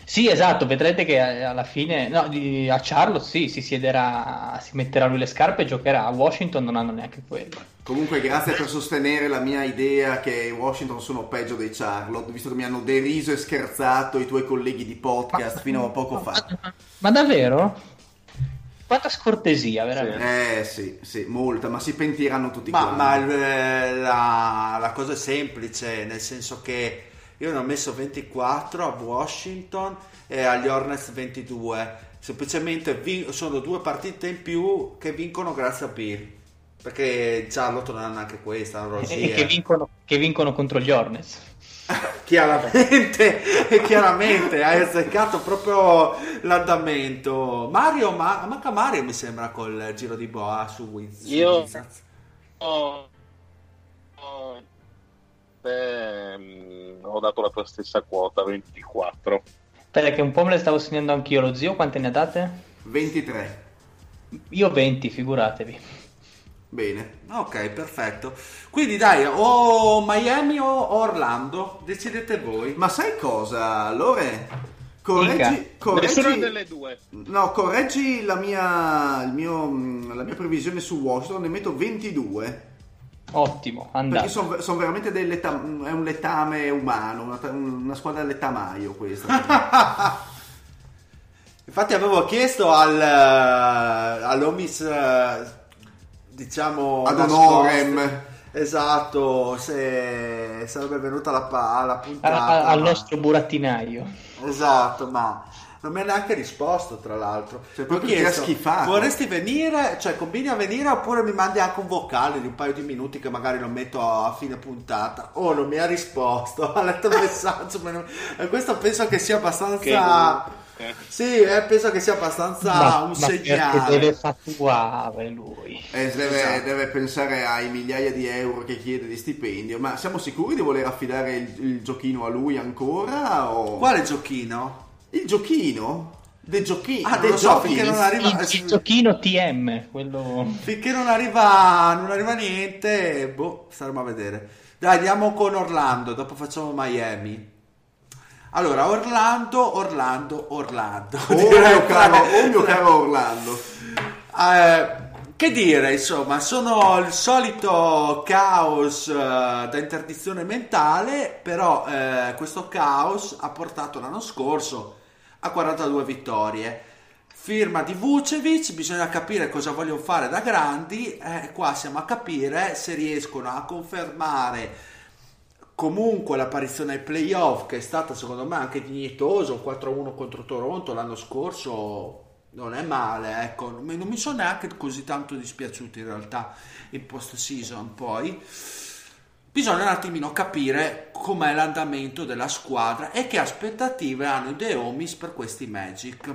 Sì, esatto, vedrete che alla fine, no, di- a Charlotte sì, si siederà, si metterà lui le scarpe e giocherà. A Washington non hanno neanche quello. Comunque grazie per sostenere la mia idea che i Washington sono peggio dei Charlotte, visto che mi hanno deriso e scherzato i tuoi colleghi di podcast Ma- fino a poco fa. Ma, ma davvero? Quanta scortesia, veramente. Eh sì, sì, molta, ma si pentiranno tutti Ma, quanti. ma il- la, la cosa è semplice, nel senso che io ne ho messo ventiquattro a Washington e agli Hornets ventidue. Semplicemente vin- sono due partite in più che vincono grazie a Bill. Perché Charlotte non hanno anche questa, hanno E, Rozier. e che vincono, che vincono contro gli Hornets. Chiaramente, chiaramente hai azzeccato proprio l'andamento. Mario, ma manca Mario mi sembra col giro di boa su Wiz. su Io- Wizards. Oh, oh, beh, mm, ho dato la tua stessa quota, ventiquattro. Aspetta che un po' me le stavo segnando anch'io. Lo zio, quante ne date? ventitré. Io venti, figuratevi. Bene. Ok, perfetto. Quindi dai, o Miami o Orlando, decidete voi. Ma sai cosa, Lore? Correggi, Dica. Nessuna correggi, delle due. no, correggi la mia, il mio, la mia previsione su Washington, ne metto ventidue. Ottimo, Perché andate. sono veramente del leta- è un letame umano, una, una squadra letamaio questa. Infatti avevo chiesto al all'Omis, eh, diciamo Ad nascosto- honorem. esatto, se sarebbe venuta la, pa- alla A- puntata, a- al ma- nostro burattinaio. esatto, ma non mi ha neanche risposto, tra l'altro. Cioè, Ho proprio ti ha schifato. vorresti venire, cioè combini a venire oppure mi mandi anche un vocale di un paio di minuti che magari lo metto a fine puntata. Oh, non mi ha risposto, ha letto il messaggio, ma non- e questo penso che sia abbastanza... Eh. Sì, eh, penso che sia abbastanza Ma, un ma perché segnale. deve fatuare lui. Eh, deve, Esatto. deve pensare ai migliaia di euro che chiede di stipendio. Ma siamo sicuri di voler affidare il, il giochino a lui ancora? O... Quale giochino? Il giochino? De giochini? Ah, de non lo so, giochi? finché non arriva... Il, il giochino T M, quello... Finché non arriva, non arriva niente, boh, staremo a vedere. Dai, andiamo con Orlando, dopo facciamo Miami. Allora, Orlando, Orlando, Orlando. Oh mio caro, oh mio caro Orlando. Eh, che dire, insomma, sono il solito caos eh, da interdizione mentale, però eh, questo caos ha portato l'anno scorso a quarantadue vittorie. Firma di Vucevic, bisogna capire cosa vogliono fare da grandi, eh, qua siamo a capire se riescono a confermare comunque l'apparizione ai playoff, che è stata secondo me anche dignitosa, un quattro a uno contro Toronto l'anno scorso non è male, ecco, non mi, non mi sono neanche così tanto dispiaciuti in realtà in post season. Poi bisogna un attimino capire com'è l'andamento della squadra e che aspettative hanno i The Homies per questi Magic.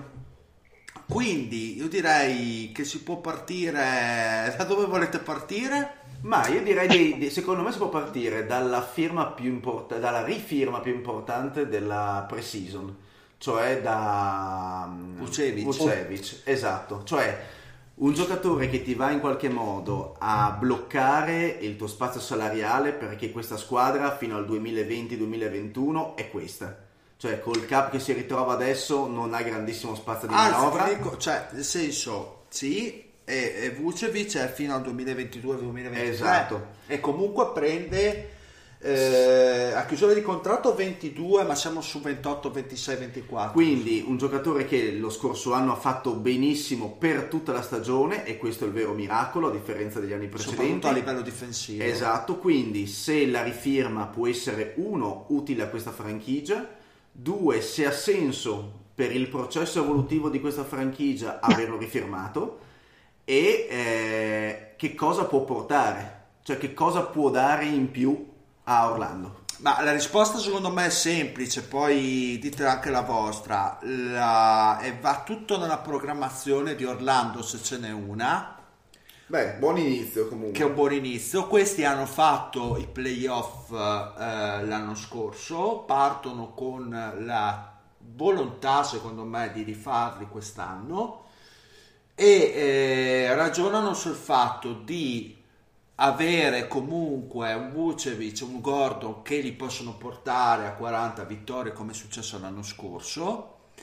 Quindi io direi che si può partire. Da dove volete partire? Ma io direi di, di- secondo me si può partire dalla firma più importante, dalla rifirma più importante della pre-season, cioè da mm, Vucevic. Vucevic, esatto, cioè un giocatore che ti va in qualche modo a bloccare il tuo spazio salariale, perché questa squadra fino al duemilaventi duemilaventuno è questa. Cioè col cap che si ritrova adesso non ha grandissimo spazio di manovra. Anzi, ti dico, cioè, nel senso, sì, e, e Vucevic è fino al duemilaventidue duemilaventitré. Esatto. E comunque prende eh, a chiusura di contratto ventidue, ma siamo su ventotto, ventisei, ventiquattro. Quindi un giocatore che lo scorso anno ha fatto benissimo per tutta la stagione, e questo è il vero miracolo a differenza degli anni soprattutto precedenti. a livello difensivo. Esatto, quindi se la rifirma può essere uno utile a questa franchigia, due se ha senso per il processo evolutivo di questa franchigia averlo rifirmato, e eh, che cosa può portare, cioè che cosa può dare in più a Orlando. Ma la risposta secondo me è semplice, poi dite anche la vostra. La... E va tutto nella programmazione di Orlando, se ce n'è una, Beh, buon inizio comunque. che è un buon inizio. Questi hanno fatto i playoff eh, l'anno scorso, partono con la volontà secondo me di rifarli quest'anno e eh, ragionano sul fatto di avere comunque un Vucevic, un Gordon che li possono portare a quaranta vittorie come è successo l'anno scorso,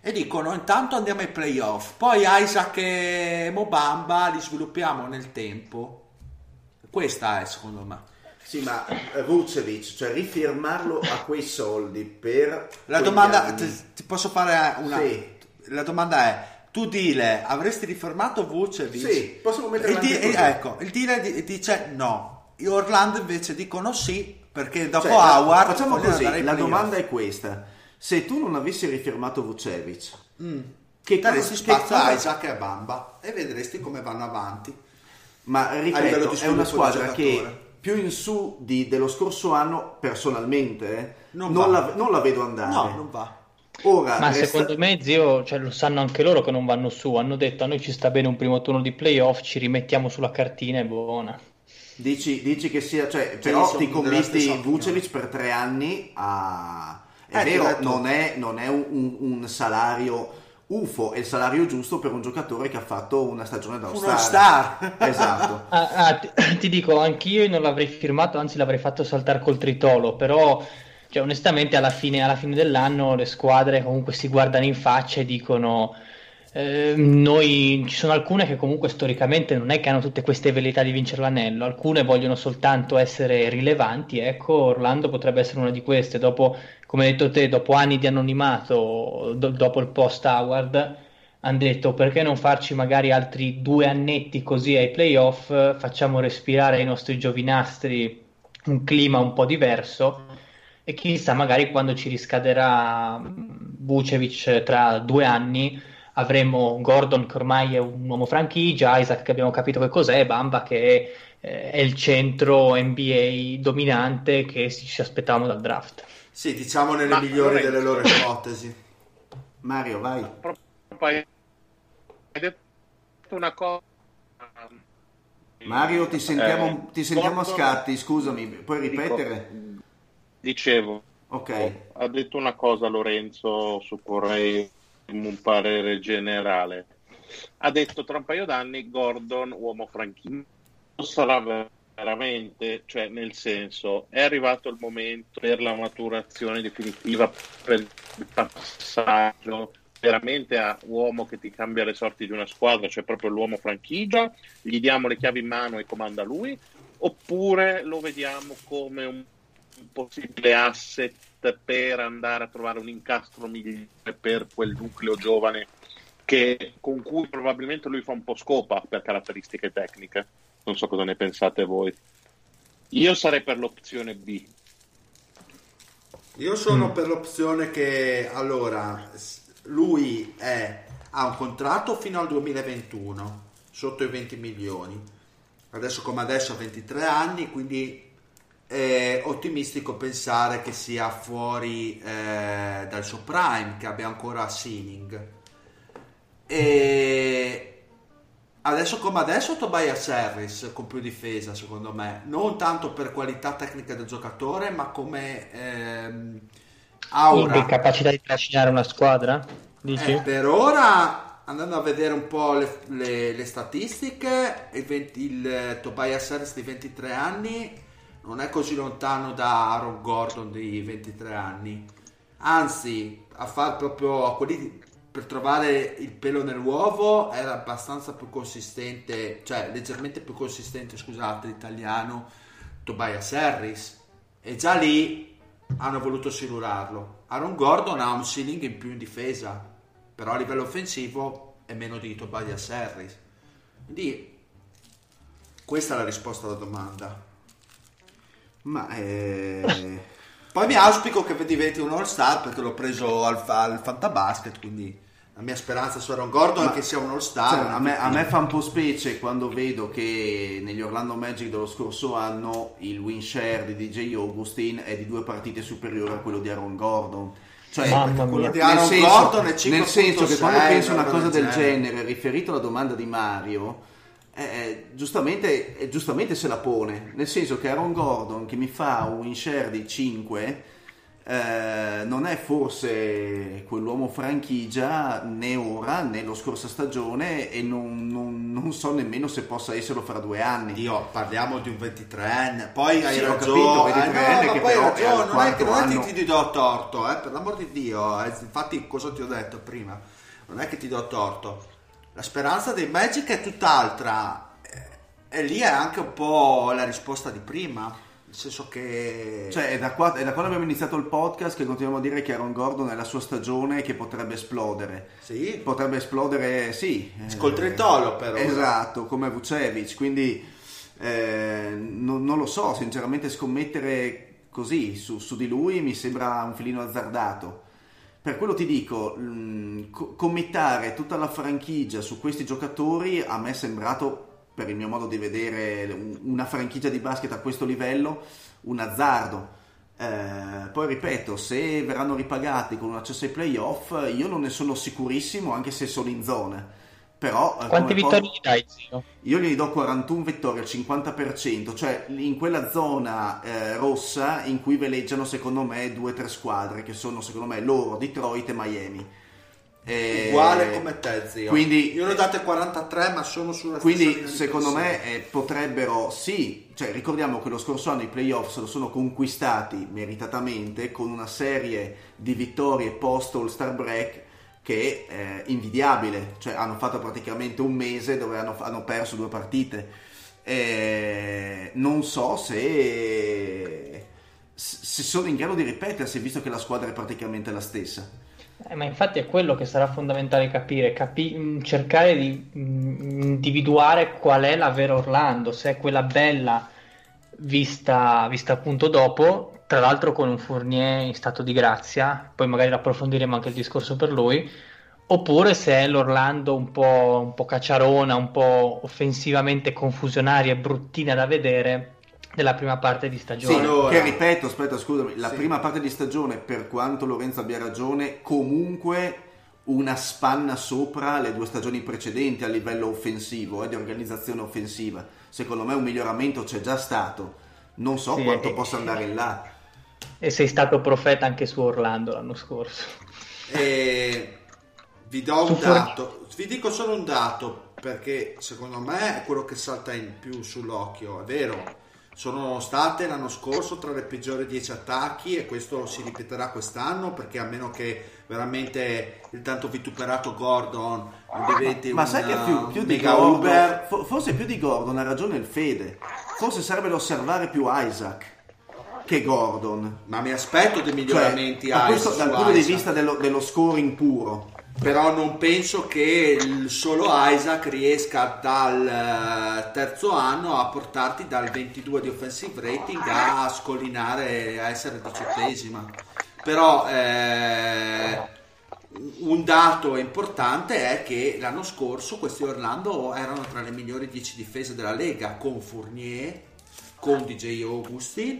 e dicono intanto andiamo ai playoff, poi Isaac e Mo Bamba li sviluppiamo nel tempo. Questa è secondo me. Sì, ma Vucevic, cioè rifirmarlo a quei soldi per la domanda ti, ti posso fare una sì. La domanda è: tu Dile, avresti riformato Vucevic? Sì, possiamo mettere il di- ecco, il Dile dice no, Orlando invece dicono sì, perché dopo cioè, Howard facciamo così, la playoff. domanda è questa: se tu non avessi rifirmato Vucevic, mm. che daresti cosa, spazio cosa... a Isaac e a Bamba e vedresti come vanno avanti. Ma ripeto, è una squadra che più in su di, dello scorso anno personalmente eh, non, non, la, non la vedo andare. No, non va. Ora, ma resta... secondo me, zio, cioè, lo sanno anche loro che non vanno su. Hanno detto: a noi ci sta bene un primo turno di playoff, ci rimettiamo sulla cartina, è buona. Dici, dici che sia, cioè, però ti commetti Vucevic per tre anni a... È eh, vero, non è, non è un, un salario U F O, è il salario giusto per un giocatore che ha fatto una stagione da Uno star. Esatto. ah, ah, ti, ti dico, anch'io non l'avrei firmato, anzi l'avrei fatto saltare col tritolo, però... Cioè, onestamente alla fine, alla fine dell'anno le squadre comunque si guardano in faccia e dicono eh, noi, ci sono alcune che comunque storicamente non è che hanno tutte queste velleità di vincere l'anello, alcune vogliono soltanto essere rilevanti, ecco, Orlando potrebbe essere una di queste. Dopo, come hai detto te, dopo anni di anonimato, do, dopo il post Howard, hanno detto: perché non farci magari altri due annetti così ai playoff, facciamo respirare ai nostri giovinastri un clima un po' diverso. E chissà, magari quando ci riscaderà Vucevic tra due anni avremo Gordon che ormai è un uomo franchigia, Isaac che abbiamo capito che cos'è, Bamba che eh, è il centro N B A dominante che ci aspettavamo dal draft. Sì, diciamo nelle Ma migliori Lorenzo, delle loro ipotesi. Mario, vai. Hai detto una cosa. Mario, ti sentiamo, eh, ti sentiamo a Gordon... scatti, scusami, puoi ripetere? Dico... Dicevo, okay. Ha detto una cosa Lorenzo su cui vorrei un parere generale. Ha detto tra un paio d'anni Gordon uomo franchigia. Non sarà veramente, cioè nel senso, è arrivato il momento per la maturazione definitiva, per il passaggio veramente a uomo che ti cambia le sorti di una squadra, cioè proprio l'uomo franchigia, gli diamo le chiavi in mano e comanda lui, oppure lo vediamo come un un possibile asset per andare a trovare un incastro migliore per quel nucleo giovane che, con cui probabilmente lui fa un po' scopa per caratteristiche tecniche. Non so cosa ne pensate voi. Io sarei per l'opzione B. Io sono mm. per l'opzione che allora lui è, ha un contratto fino al duemilaventuno sotto i venti milioni, adesso come adesso ha ventitré anni, quindi è ottimistico pensare che sia fuori eh, dal suo prime, che abbia ancora ceiling. E adesso come adesso Tobias Harris con più difesa, secondo me, non tanto per qualità tecnica del giocatore, ma come ehm, aura, in capacità di trascinare una squadra, dici? Eh, per ora, andando a vedere un po' le, le, le statistiche, il, venti, il Tobias Harris di ventitré anni non è così lontano da Aaron Gordon di ventitré anni, anzi a far proprio a quelli, per trovare il pelo nell'uovo era abbastanza più consistente, cioè leggermente più consistente, scusate l'italiano, Tobias Harris, e già lì hanno voluto silurarlo. Aaron Gordon ha un ceiling in più in difesa, però a livello offensivo è meno di Tobias Harris, quindi questa è la risposta alla domanda. Ma eh... poi mi auspico che diventi un all star, perché l'ho preso al, al Fantabasket, quindi la mia speranza su Aaron Gordon Ma, è che sia un all star. Cioè, a, me, a me fa un po' specie quando vedo che negli Orlando Magic dello scorso anno il win share di D J Augustin è di due partite superiore a quello di Aaron Gordon. Cioè, quello di Aaron senso, Gordon è nel senso che quando penso a una cosa del genere, genere, riferito alla domanda di Mario, Eh, giustamente, eh, giustamente se la pone, nel senso che Aaron Gordon che mi fa un win share di cinque eh, non è forse quell'uomo franchigia né ora né lo scorsa stagione, e non, non, non so nemmeno se possa esserlo fra due anni. Dio, parliamo di un ventitreenne, poi hai Sì, ho ragione, capito, ventitreenne eh, no, che ma poi hai però è al ragione, non è che, non è quarto che ti, ti do torto, eh, per l'amor di Dio, eh, infatti cosa ti ho detto prima, non è che ti do torto, la speranza dei Magic è tutt'altra, e lì è anche un po' la risposta di prima. Nel senso che... Cioè è da, qua, è da quando abbiamo iniziato il podcast che continuiamo a dire che Aaron Gordon è la sua stagione che potrebbe esplodere. Sì. Potrebbe esplodere, sì. Col tritolo però. Esatto, come Vucevic. Quindi eh, non, non lo so, sinceramente scommettere così su, su di lui mi sembra un filino azzardato. Per quello ti dico, mh, co- committare tutta la franchigia su questi giocatori a me è sembrato, per il mio modo di vedere, una franchigia di basket a questo livello, un azzardo. Eh, poi ripeto, se verranno ripagati con un accesso ai playoff, io non ne sono sicurissimo, anche se sono in zona. Però, quante vittorie gli dai, zio? Io gli do quarantuno vittorie al cinquanta per cento, cioè in quella zona eh, rossa in cui veleggiano secondo me due o tre squadre, che sono secondo me loro, Detroit e Miami. E... uguale come te, zio. Quindi, io ne ho date quarantatré, ma sono sulla quindi secondo me eh, potrebbero, sì, cioè ricordiamo che lo scorso anno i playoff se lo sono conquistati meritatamente con una serie di vittorie post All Star Break che è eh, invidiabile, cioè hanno fatto praticamente un mese dove hanno, hanno perso due partite. Eh, non so se, se sono in grado di ripetersi, visto che la squadra è praticamente la stessa. Eh, ma infatti è quello che sarà fondamentale capire, capi- cercare di mh, individuare qual è la vera Orlando, se è quella bella vista, vista appunto dopo, tra l'altro con un Fournier in stato di grazia, poi magari approfondiremo anche il discorso per lui, oppure se è l'Orlando un po', un po' cacciarona, un po' offensivamente confusionaria e bruttina da vedere della prima parte di stagione. Sì, allora... che ripeto, aspetta, scusami, la sì. prima parte di stagione, per quanto Lorenzo abbia ragione, comunque una spanna sopra le due stagioni precedenti a livello offensivo e eh, di organizzazione offensiva. Secondo me un miglioramento c'è già stato, non so Sì, quanto e... possa andare in là. E sei stato profeta anche su Orlando l'anno scorso. E... vi do Su un Fournier. dato, vi dico solo un dato, perché secondo me è quello che salta in più sull'occhio, è vero. Sono state l'anno scorso tra le peggiori dieci attacchi e questo si ripeterà quest'anno, perché a meno che veramente il tanto vituperato Gordon non diventi ma un sai che più, più di mega Gordon, uber. fo- forse più di Gordon ha ragione il Fede, forse sarebbe da osservare più Isaac che Gordon, Ma mi aspetto dei miglioramenti cioè, da questo, Isaac dal su punto di Isaac. vista dello, dello scoring puro. Però non penso che il solo Isaac riesca dal eh, terzo anno a portarti dal ventidue di offensive rating a scollinare a essere diciottesima. Però eh, un dato importante è che l'anno scorso questi Orlando erano tra le migliori dieci difese della Lega, con Fournier, con D J Augustin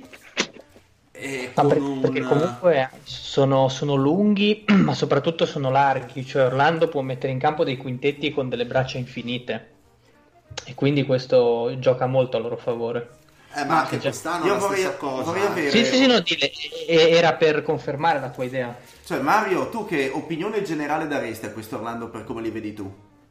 e Ma con per- un... perché comunque sono, sono lunghi, ma soprattutto sono larghi, cioè Orlando può mettere in campo dei quintetti con delle braccia infinite e quindi questo gioca molto a loro favore. Eh, ma anche Già. quest'anno è Io la vorrei- stessa cosa. vorrei eh. avere- Sì, sì, sì, no, dile, e- era per confermare la tua idea. Cioè Mario, tu che opinione generale daresti a questo Orlando per come li vedi tu?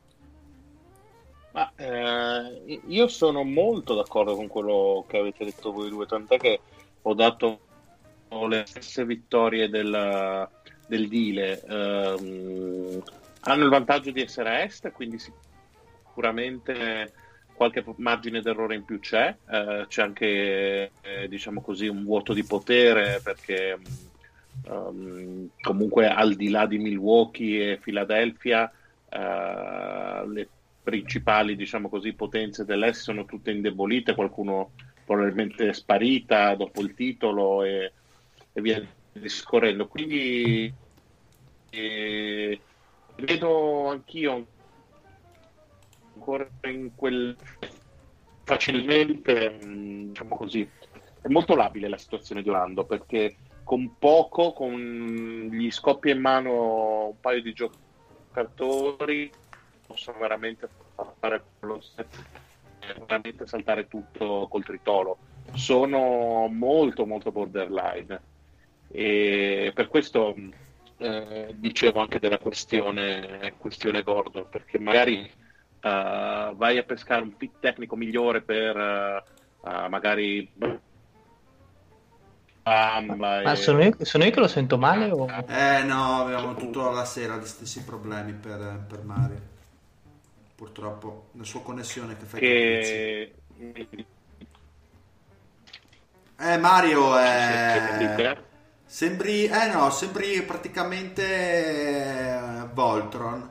Ma, eh, io sono molto d'accordo con quello che avete detto voi due, tant'è che ho dato le stesse vittorie del, del Dile. Ehm, hanno il vantaggio di essere a est, quindi sicuramente qualche margine d'errore in più c'è. Eh, c'è anche, eh, diciamo così, un vuoto di potere, perché um, comunque al di là di Milwaukee e Philadelphia, uh, le principali, diciamo così, potenze dell'est sono tutte indebolite, qualcuno probabilmente è sparita dopo il titolo e, e via discorrendo. Quindi eh, vedo anch'io ancora in quel facilmente, diciamo così, è molto labile la situazione di Orlando, perché con poco, con gli scoppi in mano un paio di giocatori, possono veramente fare lo step, veramente saltare tutto col tritolo. Sono molto molto borderline E per questo eh, dicevo anche della questione, questione Gordon, perché magari eh, vai a pescare un pick tecnico migliore per eh, eh, magari Bamba Ma e- sono io, sono io che lo sento male o... Eh no, avevamo tutta la sera gli stessi problemi per, per Mario. Purtroppo la sua connessione che fa i che capricci. Eh Mario è... Sembri... Eh no, sembri praticamente eh, Voltron.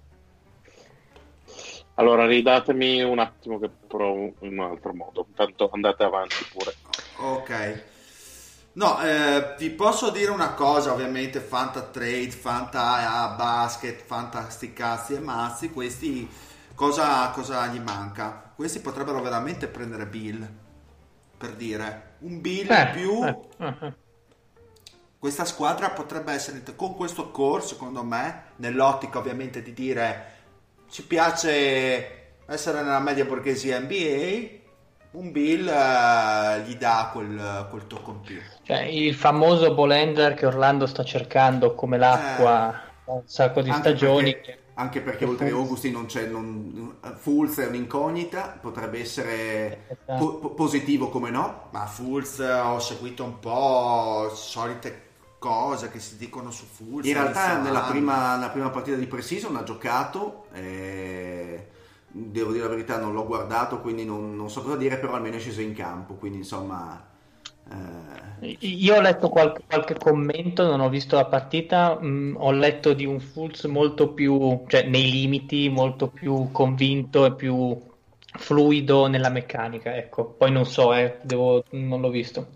Allora ridatemi un attimo che provo in un altro modo, intanto andate avanti pure. Ok. No, eh, vi posso dire una cosa, ovviamente Fanta Trade, Fanta Basket, Fanta sti cazzi e mazzi, questi cosa, cosa gli manca? Questi potrebbero veramente prendere Bill, per dire, un Bill Eh, in più, eh, eh, eh. questa squadra potrebbe essere, con questo core secondo me, nell'ottica ovviamente di dire ci piace essere nella media borghesia N B A, un Bill eh, gli dà quel, quel tocco in più. Cioè, il famoso Bolender che Orlando sta cercando come l'acqua da un sacco di Anche stagioni. perché, anche perché che oltre a Fultz- Augustin non c'è non, Fultz è un'incognita, potrebbe essere Esatto. po- po- positivo come no. Ma Fultz ho seguito un po' solite cose che si dicono su Fultz. In realtà inizio nella anno. prima, nella prima partita di pre-season ha giocato, eh, devo dire la verità non l'ho guardato quindi non, non so cosa dire, però almeno è sceso in campo, quindi insomma... eh, Io ho letto qualche, qualche commento, non ho visto la partita, mh, ho letto di un Fultz molto più, cioè nei limiti, molto più convinto e più fluido nella meccanica, ecco. Poi non so, eh, devo- non l'ho visto.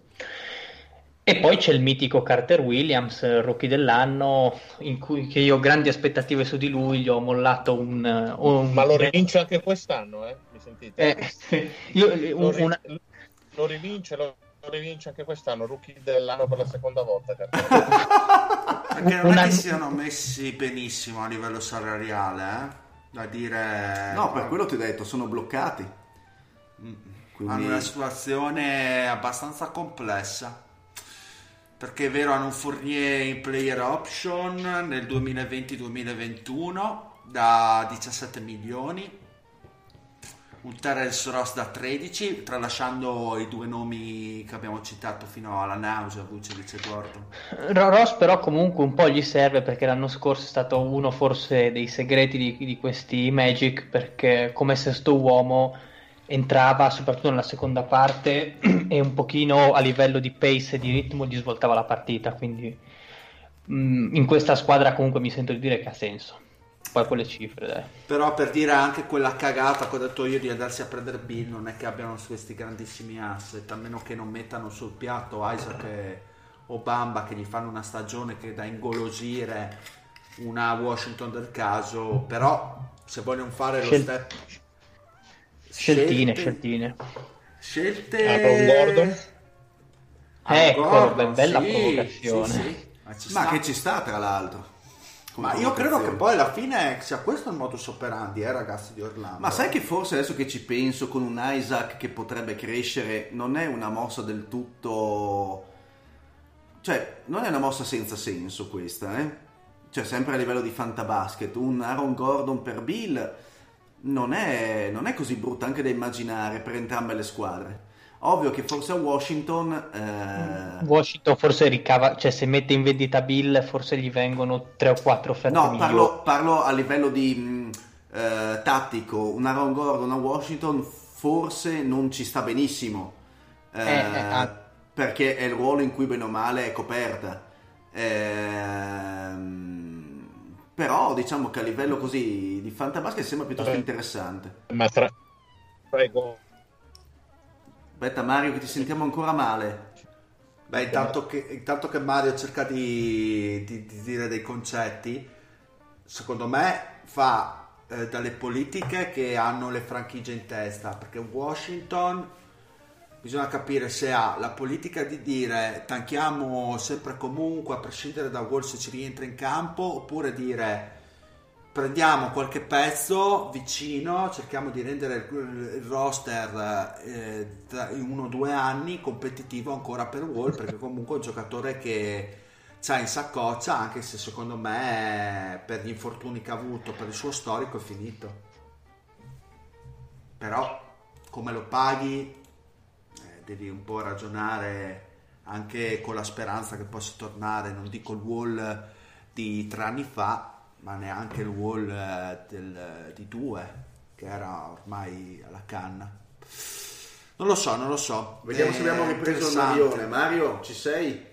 E poi c'è il mitico Carter Williams, eh, rookie dell'anno, in cui che io ho grandi aspettative su di lui, gli ho mollato un... un- Ma lo rivince anche quest'anno, eh? Mi sentite? eh, io, Lo, un- ri- una, lo rivince, lo, lo rivince anche quest'anno, rookie dell'anno per la seconda volta. Carter. Perché non una- è che siano messi benissimo a livello salariale, eh? Da dire... no, per quello ti ho detto, sono bloccati. hanno Quindi una situazione abbastanza complessa. Perché è vero, hanno un Fournier in player option nel duemilaventi duemilaventuno da diciassette milioni, un Terrence Ross da tredici, tralasciando i due nomi che abbiamo citato fino alla nausea, Vucevic e Gordon. Ro- Ross però comunque un po' gli serve perché l'anno scorso è stato uno forse dei segreti di, di questi Magic, perché come sesto uomo entrava soprattutto nella seconda parte e un pochino a livello di pace e di ritmo gli svoltava la partita, quindi mh, in questa squadra comunque mi sento di dire che ha senso. Poi quelle cifre, dai. Però per dire anche quella cagata che ho detto io di andarsi a prendere Bill, non è che abbiano questi grandissimi asset, a meno che non mettano sul piatto Isaac e Obamba che gli fanno una stagione che da ingolosire una Washington del caso. Però se vogliono fare lo Scel- step Sceltine, scelte- sceltine. scelte Aaron Gordon. Aaron Ecco, Gordon, bella sì, provocazione. sì, sì. Ma, ci ma sta. che ci sta tra l'altro. Come Ma io credo che provocazione. poi alla fine sia questo il modus operandi, eh ragazzi di Orlando. Ma sai che forse adesso che ci penso, con un Isaac che potrebbe crescere, non è una mossa del tutto... Cioè, non è una mossa senza senso questa, eh? Cioè, sempre a livello di fantabasket, un Aaron Gordon per Bill non è, non è così brutta anche da immaginare per entrambe le squadre. Ovvio che forse a Washington... eh, Washington forse ricava, cioè se mette in vendita Bill forse gli vengono tre o quattro offerte No, migliori. parlo, parlo a livello di mh, eh, tattico. Un Aaron Gordon a Washington forse non ci sta benissimo, eh, Eh, eh, ah. perché è il ruolo in cui bene o male è coperta. Ehm, però diciamo che a livello così di fantabasket sembra piuttosto Eh. interessante. Ma tra... Prego. Aspetta Mario che ti sentiamo ancora male. Beh, intanto che, intanto che Mario cerca di, di- di dire dei concetti, secondo me fa eh, dalle politiche che hanno le franchigie in testa, perché Washington bisogna capire se ha la politica di dire tanchiamo sempre e comunque a prescindere da Wall se ci rientra in campo, oppure dire prendiamo qualche pezzo vicino, cerchiamo di rendere il, il roster eh, tra- in uno o due anni competitivo ancora per Wall, perché comunque è un giocatore che c'ha in saccoccia, anche se secondo me per gli infortuni che ha avuto, per il suo storico è finito. Però come lo paghi eh, devi un po' ragionare anche con la speranza che possa tornare, non dico il Wall di tre anni fa, ma neanche il Wall eh, del, di due, che era ormai alla canna. Non lo so, non lo so. Vediamo È se abbiamo ripreso il interessante. Marione. Mario, ci sei?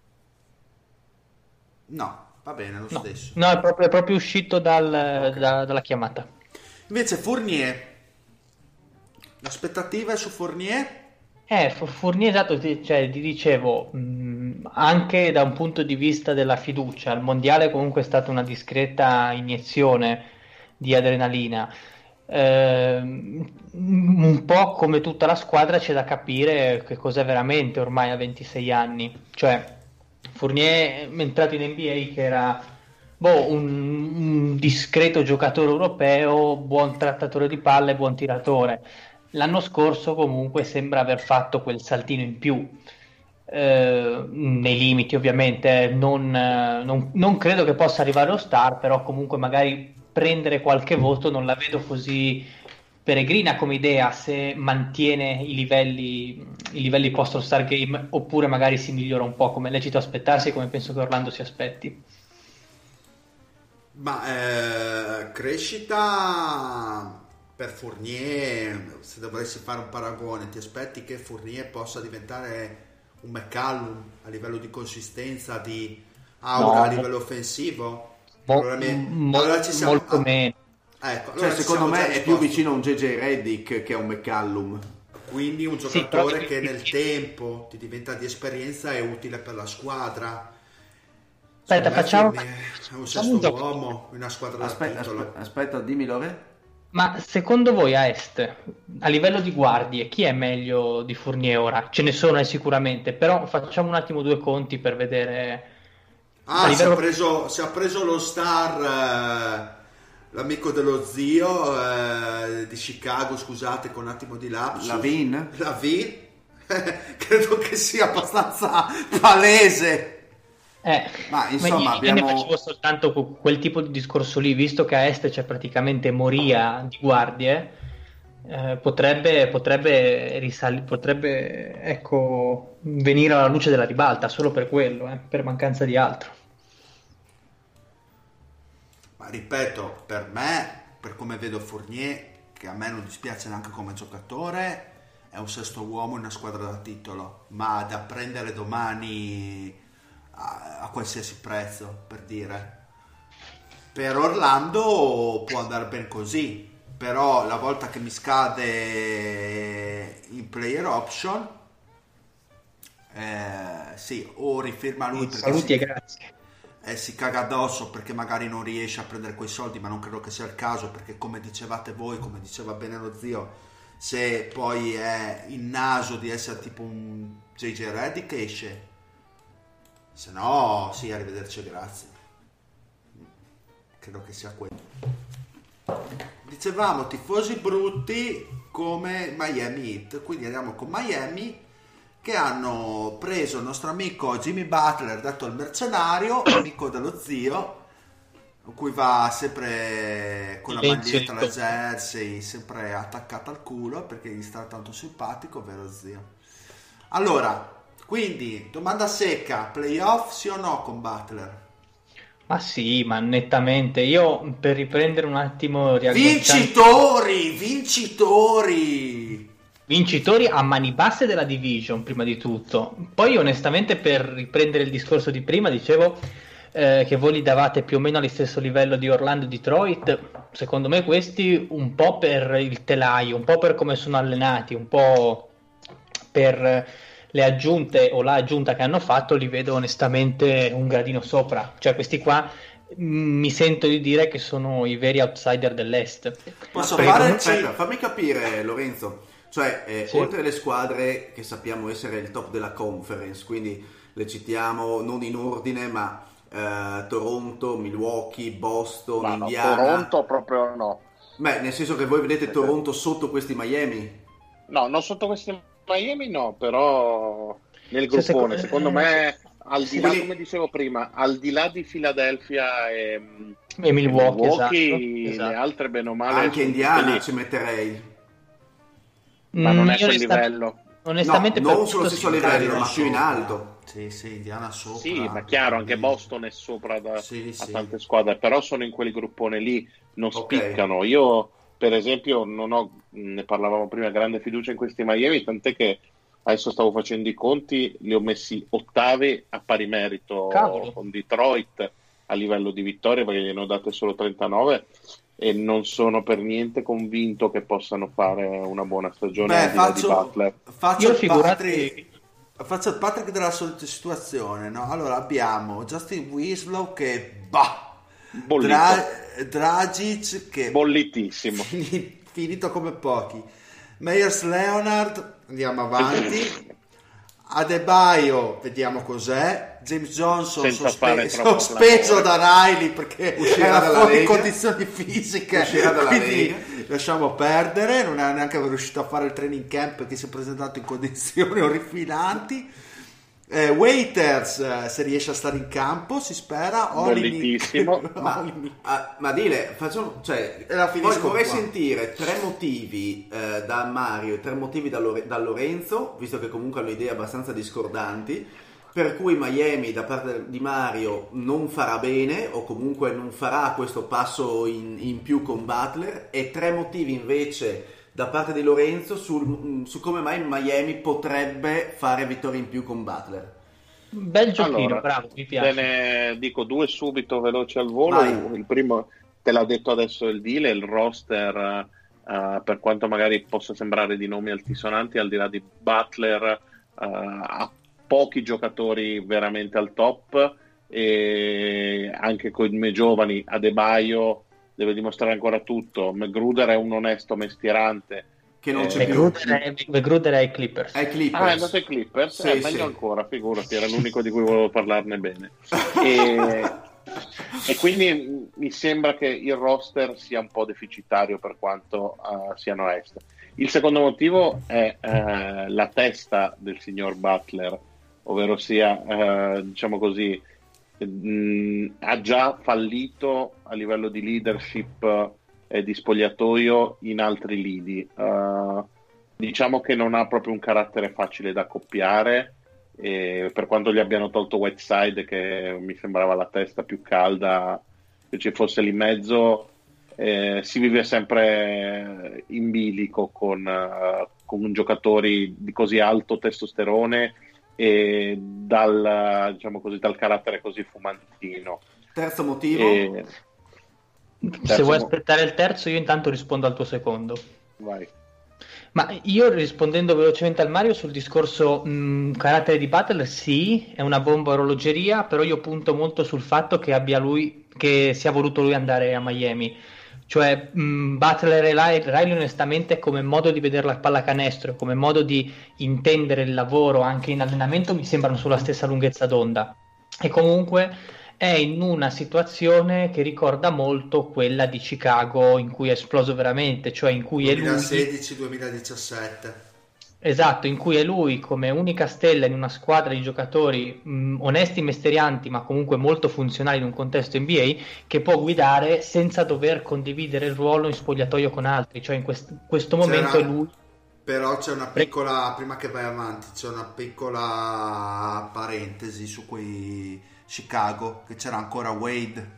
No, va bene lo No, stesso. no, è proprio, è proprio uscito dal- da- dalla chiamata. Invece Fournier, l'aspettativa è su Fournier? Eh, Fu- Fournier, esatto, ti, cioè, ti dicevo, mh, anche da un punto di vista della fiducia, il mondiale comunque è stata una discreta iniezione di adrenalina. Ehm, un po' come tutta la squadra c'è da capire che cos'è veramente ormai a ventisei anni. Cioè, Fournier è entrato in N B A che era boh, un, un discreto giocatore europeo, buon trattatore di palle, buon tiratore. L'anno scorso comunque sembra aver fatto quel saltino in più, eh, nei limiti ovviamente, non, eh, non- non credo che possa arrivare allo star, però comunque magari prendere qualche voto non la vedo così peregrina come idea se mantiene i livelli, i livelli post All-Star Game, oppure magari si migliora un po', come è lecito aspettarsi e come penso che Orlando si aspetti. Ma eh, crescita per Fournier, se dovessi fare un paragone, ti aspetti che Fournier possa diventare un McCallum a livello di consistenza, di aura No, a livello offensivo? Mo- Allora, mi- mo- allora ci siamo- molto ah, meno. ecco, allora Cioè, ci secondo siamo già me è più risposti. vicino a un J J Redick che a un McCallum. Quindi un Sì, giocatore però- che nel tempo ti diventa di esperienza e utile per la squadra. Aspetta, Secondo me facciamo, Fournier è un facciamo un sesto gioco. uomo in una squadra da Aspetta, titolo. aspetta, aspetta, dimmi Lore. Ma secondo voi a Est, a livello di guardie, chi è meglio di Fournier ora? Ce ne sono eh, sicuramente, però facciamo un attimo due conti per vedere. a Ah, si livello- ha preso, si è preso lo star, eh, l'amico dello zio eh, di Chicago, scusate, con un attimo di lapsus. Lavin? Lavin? Credo che sia abbastanza palese. Eh, Ma, insomma, io, io abbiamo- ne facevo soltanto que- quel tipo di discorso lì, visto che a Est c'è praticamente moria di guardie, eh, potrebbe, potrebbe, risali- potrebbe ecco, venire alla luce della ribalta solo per quello, eh, per mancanza di altro. Ma ripeto, per me, per come vedo Fournier, che a me non dispiace neanche come giocatore, è un sesto uomo in una squadra da titolo, ma da prendere domani a, a qualsiasi prezzo, per dire. Per Orlando può andare ben così, però la volta che mi scade in player option, eh, sì, o rifirma lui perché Saluti si- e grazie. eh, si caga addosso perché magari non riesce a prendere quei soldi, ma non credo che sia il caso, perché come dicevate voi, come diceva bene lo zio, se poi è il naso di essere tipo un J J Redick esce, se no sì, arrivederci e grazie. Credo che sia quello. Dicevamo tifosi brutti come Miami Heat, quindi andiamo con Miami, che hanno preso il nostro amico Jimmy Butler, detto il mercenario, amico dello zio, a cui va sempre con la Silenzio maglietta, di la to- jersey, sempre attaccata al culo perché gli sta tanto simpatico, vero zio? Allora, quindi domanda secca, playoff sì o no con Butler? Ma sì, ma nettamente. Io per riprendere un attimo riagganciando- Vincitori, vincitori! Vincitori a mani basse della division, prima di tutto. Poi, onestamente, per riprendere il discorso di prima, dicevo eh, che voi li davate più o meno allo stesso livello di Orlando e Detroit. Secondo me, questi un po' per il telaio, un po' per come sono allenati, un po' per le aggiunte o la aggiunta che hanno fatto, li vedo onestamente un gradino sopra. Cioè, questi qua mh, mi sento di dire che sono i veri outsider dell'Est. Posso Aspetta, fare aspetta, fammi capire Lorenzo, cioè eh, Sì. oltre alle squadre che sappiamo essere il top della conference, quindi le citiamo non in ordine, ma eh, Toronto, Milwaukee, Boston, Ma no, Indiana. Toronto proprio no. Beh, nel senso che voi vedete Toronto sotto questi Miami? No, non sotto questi Miami no, però nel Cioè, gruppone, secondo- secondo me, al di là, Quindi- come dicevo prima, al di là di Philadelphia e, E Milwaukee, Milwaukee, esatto, esatto. le altre bene o male Anche sono Indiana tutte lì. ci metterei. Ma non Mm, è io quel onesta- livello. Onestamente, No, per non sullo questo stesso sì. livello, Indiana ma più in sopra. alto. Sì, sì, Indiana sopra. Sì, ma chiaro, anche Boston è sopra da, Sì, a sì. tante squadre, però sono in quel gruppone lì, non Ok. spiccano. Io, per esempio, non ho, ne parlavamo prima, grande fiducia in questi Miami, tant'è che adesso stavo facendo i conti, li ho messi ottavi a pari merito Cavolo. con Detroit a livello di vittorie, perché gliene ho date solo trentanove e non sono per niente convinto che possano fare una buona stagione Beh, al di là di faccio, Butler. faccio Io il figurati- Patrick, faccio il Patrick della solita situazione, no? Allora abbiamo Justin Winslow che bah, Bollito. Dra- Dragic che Bollitissimo. fini- finito come pochi, Meyers Leonard, andiamo avanti, Adebayo, vediamo cos'è, James Johnson Senza fare sospe- troppo sospeso clamore. da Riley perché Uscirà era dalla fuori Lega. condizioni fisiche, Uscirà dalla quindi Lega. lasciamo perdere, non è neanche riuscito a fare il training camp perché si è presentato in condizioni orripilanti. eh, Waiters, eh, se riesce a stare in campo si spera. Bollitissimo. Ma, ah, ma dile, facciamo, cioè, E la finisco voglio- vorrei qua. sentire tre motivi eh, da Mario e tre motivi da, Lore- da Lorenzo, visto che comunque hanno idee abbastanza discordanti, per cui Miami da parte di Mario non farà bene o comunque non farà questo passo in, in più con Butler, e tre motivi invece da parte di Lorenzo sul- su come mai Miami potrebbe fare vittorie in più con Butler. Bel giochino, Allora, bravo, mi piace. Te ne dico due subito veloci al volo. Vai. Il primo, te l'ha detto adesso il deal, è il roster, eh, per quanto magari possa sembrare di nomi altisonanti, al di là di Butler, eh, ha pochi giocatori veramente al top, e anche come giovani Adebayo deve dimostrare ancora tutto. McGruder è un onesto mestierante. Che non Eh, c'è più. McGruder è, McGruder è ai Clippers. Ai Clippers. Ah, è andato ai Clippers? Sì, Eh, meglio sì. ancora, figurati, era l'unico di cui volevo parlarne bene. E, e quindi mi sembra che il roster sia un po' deficitario per quanto uh, siano a est. Il secondo motivo è uh, la testa del signor Butler, ovvero sia, uh, diciamo così, mh, ha già fallito a livello di leadership e di spogliatoio in altri lidi. Uh, diciamo che non ha proprio un carattere facile da accoppiare, e per quanto gli abbiano tolto Whiteside, che mi sembrava la testa più calda che ci fosse lì in mezzo, eh, si vive sempre in bilico con, uh, con giocatori di così alto testosterone e dal, diciamo così, dal carattere così fumantino. Terzo motivo. E... Se Terzo vuoi mo- aspettare il terzo, io intanto rispondo al tuo secondo. Vai. Ma io rispondendo velocemente al Mario sul discorso mh, carattere di Butler, sì, è una bomba a orologeria, però io punto molto sul fatto che abbia lui, che sia voluto lui andare a Miami. Cioè mh, Butler e Riley, Riley onestamente, come modo di vedere la pallacanestro, come modo di intendere il lavoro anche in allenamento, mi sembrano sulla stessa lunghezza d'onda. E comunque è in una situazione che ricorda molto quella di Chicago, in cui è esploso veramente, cioè in cui è lui, duemilasedici duemiladiciassette. esatto, in cui è lui come unica stella in una squadra di giocatori mh, onesti, mestierianti, ma comunque molto funzionali in un contesto N B A, che può guidare senza dover condividere il ruolo in spogliatoio con altri, cioè in quest- questo momento C'era- è lui. Però c'è una piccola, prima che vai avanti, c'è una piccola parentesi su quei Chicago, che c'era ancora Wade.